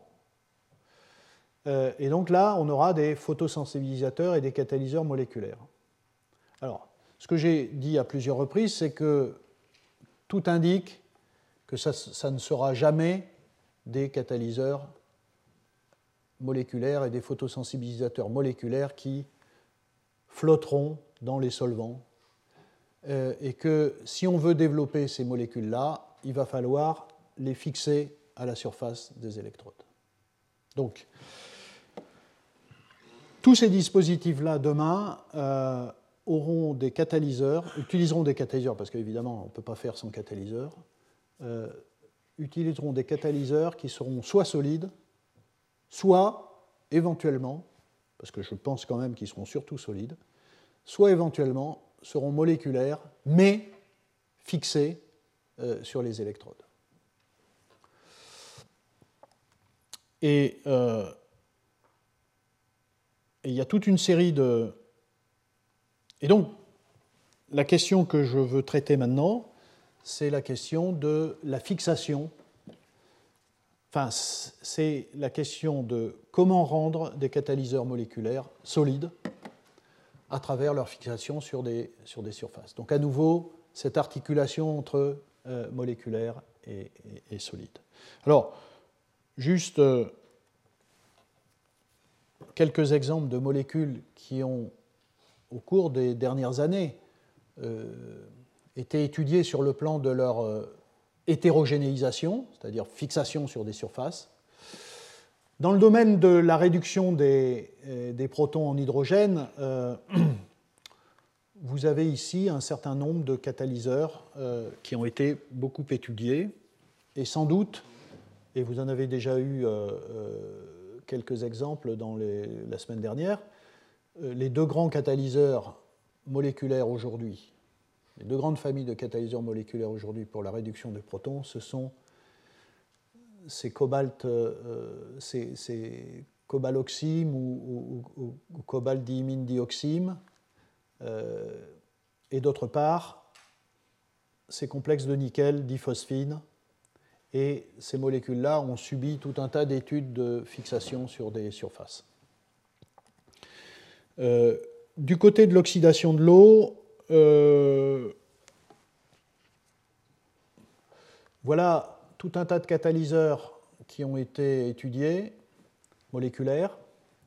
Et donc là, on aura des photosensibilisateurs et des catalyseurs moléculaires. Alors, ce que j'ai dit à plusieurs reprises, c'est que tout indique que ça ne sera jamais des catalyseurs moléculaires et des photosensibilisateurs moléculaires qui flotteront dans les solvants. Et que si on veut développer ces molécules-là, il va falloir les fixer à la surface des électrodes. Donc, tous ces dispositifs-là, demain, auront des catalyseurs, utiliseront des catalyseurs, parce qu'évidemment, on ne peut pas faire sans catalyseur, utiliseront des catalyseurs qui seront soit solides, soit éventuellement, parce que je pense quand même qu'ils seront surtout solides, soit éventuellement seront moléculaires, mais fixés sur les électrodes. Et il y a toute une série de... Et donc, la question que je veux traiter maintenant, c'est la question de la fixation. Enfin, c'est la question de comment rendre des catalyseurs moléculaires solides à travers leur fixation sur des surfaces. Donc, à nouveau, cette articulation entre moléculaire et solide. Alors, juste quelques exemples de molécules qui ont, au cours des dernières années, été étudiées sur le plan de leur hétérogénéisation, c'est-à-dire fixation sur des surfaces. Dans le domaine de la réduction des protons en hydrogène, vous avez ici un certain nombre de catalyseurs qui ont été beaucoup étudiés, et sans doute, et vous en avez déjà eu quelques exemples la semaine dernière, les deux grands catalyseurs moléculaires aujourd'hui, les deux grandes familles de catalyseurs moléculaires aujourd'hui pour la réduction des protons, ce sont ces cobaloxymes ou cobalt-diimine dioxyme, et d'autre part, ces complexes de nickel diphosphine. Et ces molécules-là ont subi tout un tas d'études de fixation sur des surfaces. Du côté de l'oxydation de l'eau, voilà tout un tas de catalyseurs qui ont été étudiés, moléculaires,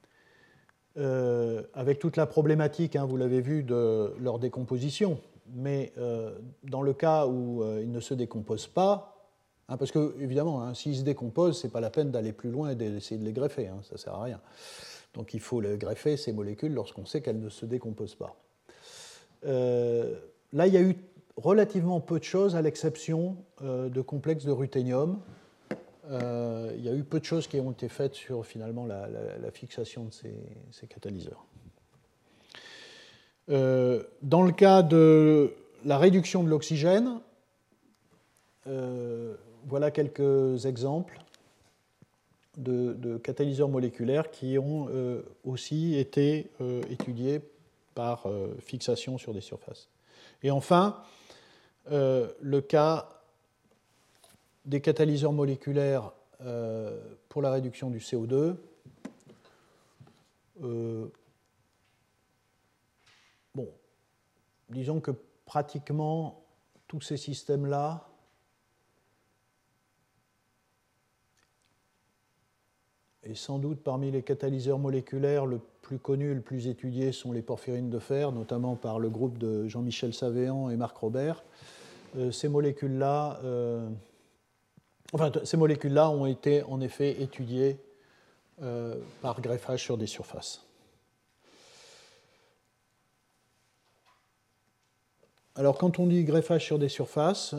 avec toute la problématique, vous l'avez vu, de leur décomposition. Mais dans le cas où ils ne se décomposent pas, parce que, évidemment, s'ils se décomposent, ce n'est pas la peine d'aller plus loin et d'essayer de les greffer, ça ne sert à rien. Donc il faut les greffer, ces molécules, lorsqu'on sait qu'elles ne se décomposent pas. Là, il y a eu relativement peu de choses, à l'exception de complexes de ruthénium. Il y a eu peu de choses qui ont été faites sur, finalement, la fixation de ces catalyseurs. Dans le cas de la réduction de l'oxygène, voilà quelques exemples de catalyseurs moléculaires qui ont aussi été étudiés par fixation sur des surfaces. Et enfin, le cas des catalyseurs moléculaires pour la réduction du CO2. Disons que pratiquement tous ces systèmes-là et sans doute parmi les catalyseurs moléculaires, le plus connu et le plus étudié sont les porphyrines de fer, notamment par le groupe de Jean-Michel Savéan et Marc Robert. Ces molécules-là ont été en effet étudiées par greffage sur des surfaces. Alors, quand on dit greffage sur des surfaces,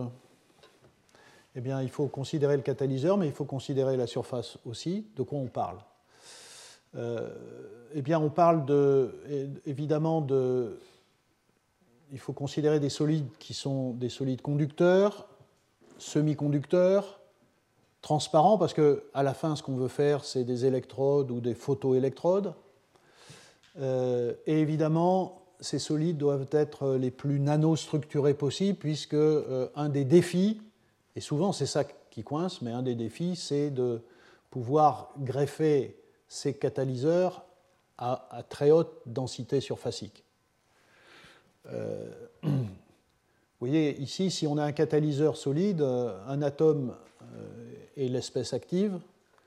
eh bien, il faut considérer le catalyseur, mais il faut considérer la surface aussi. De quoi on parle ? Eh bien, on parle évidemment il faut considérer des solides qui sont des solides conducteurs, semi-conducteurs, transparents, parce qu'à la fin, ce qu'on veut faire, c'est des électrodes ou des photoélectrodes. Et évidemment, ces solides doivent être les plus nanostructurés possibles, puisque un des défis, et souvent c'est ça qui coince, mais un des défis, c'est de pouvoir greffer ces catalyseurs à très haute densité surfacique. Vous voyez, ici, si on a un catalyseur solide, un atome est l'espèce active.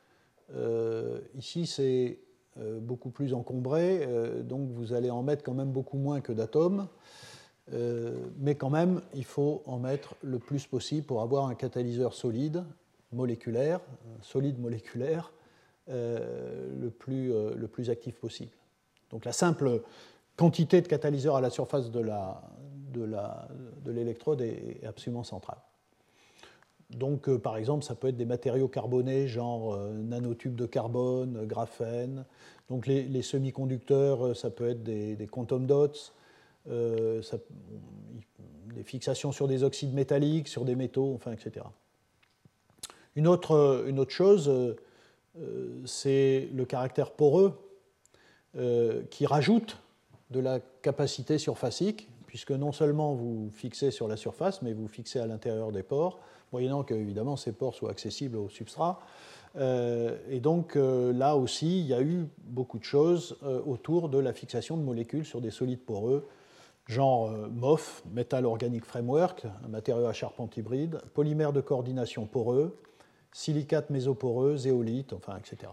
Ici, c'est beaucoup plus encombré, donc vous allez en mettre quand même beaucoup moins que d'atomes. Mais quand même, il faut en mettre le plus possible pour avoir un catalyseur solide moléculaire, le plus actif possible. Donc la simple quantité de catalyseur à la surface de l'électrode est absolument centrale. Donc, par exemple, ça peut être des matériaux carbonés, genre nanotubes de carbone, graphène. Donc, les semi-conducteurs, ça peut être des quantum dots, des fixations sur des oxydes métalliques, sur des métaux, enfin, etc. Une autre chose, c'est le caractère poreux qui rajoute de la capacité surfacique, puisque non seulement vous fixez sur la surface, mais vous fixez à l'intérieur des pores, moyennant que, évidemment, ces pores soient accessibles au substrat. Et donc, là aussi, il y a eu beaucoup de choses autour de la fixation de molécules sur des solides poreux, genre MOF, Metal Organic Framework, un matériau à charpente hybride, polymère de coordination poreux, silicate mésoporeux, zéolite, enfin, etc.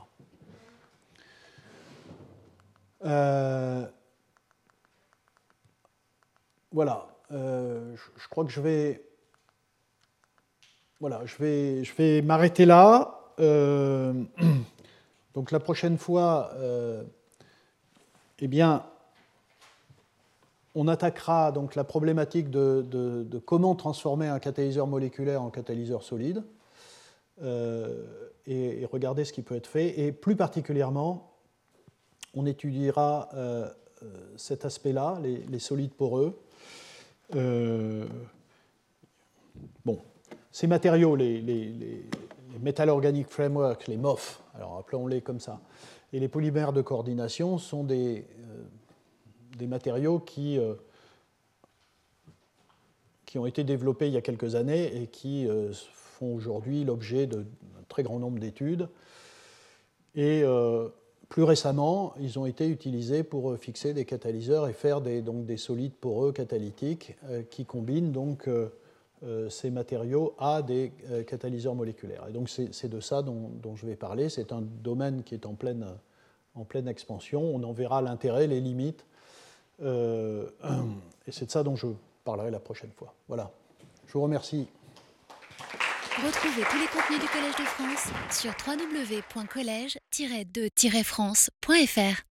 Voilà, je crois que je vais m'arrêter là. Donc la prochaine fois, eh bien, on attaquera donc la problématique de comment transformer un catalyseur moléculaire en catalyseur solide et regarder ce qui peut être fait. Et plus particulièrement, on étudiera cet aspect-là, les solides poreux. Bon, ces matériaux, les Metal Organic Framework, les MOF, alors appelons-les comme ça, et les polymères de coordination sont des matériaux qui ont été développés il y a quelques années et qui font aujourd'hui l'objet d'un très grand nombre d'études. Et plus récemment, ils ont été utilisés pour fixer des catalyseurs et faire donc des solides poreux catalytiques qui combinent donc ces matériaux à des catalyseurs moléculaires. Et donc c'est de ça dont je vais parler. C'est un domaine qui est en pleine expansion. On en verra l'intérêt, les limites. Et c'est de ça dont je parlerai la prochaine fois. Voilà. Je vous remercie. Retrouvez tous les contenus du Collège de France sur www.collège-2-france.fr.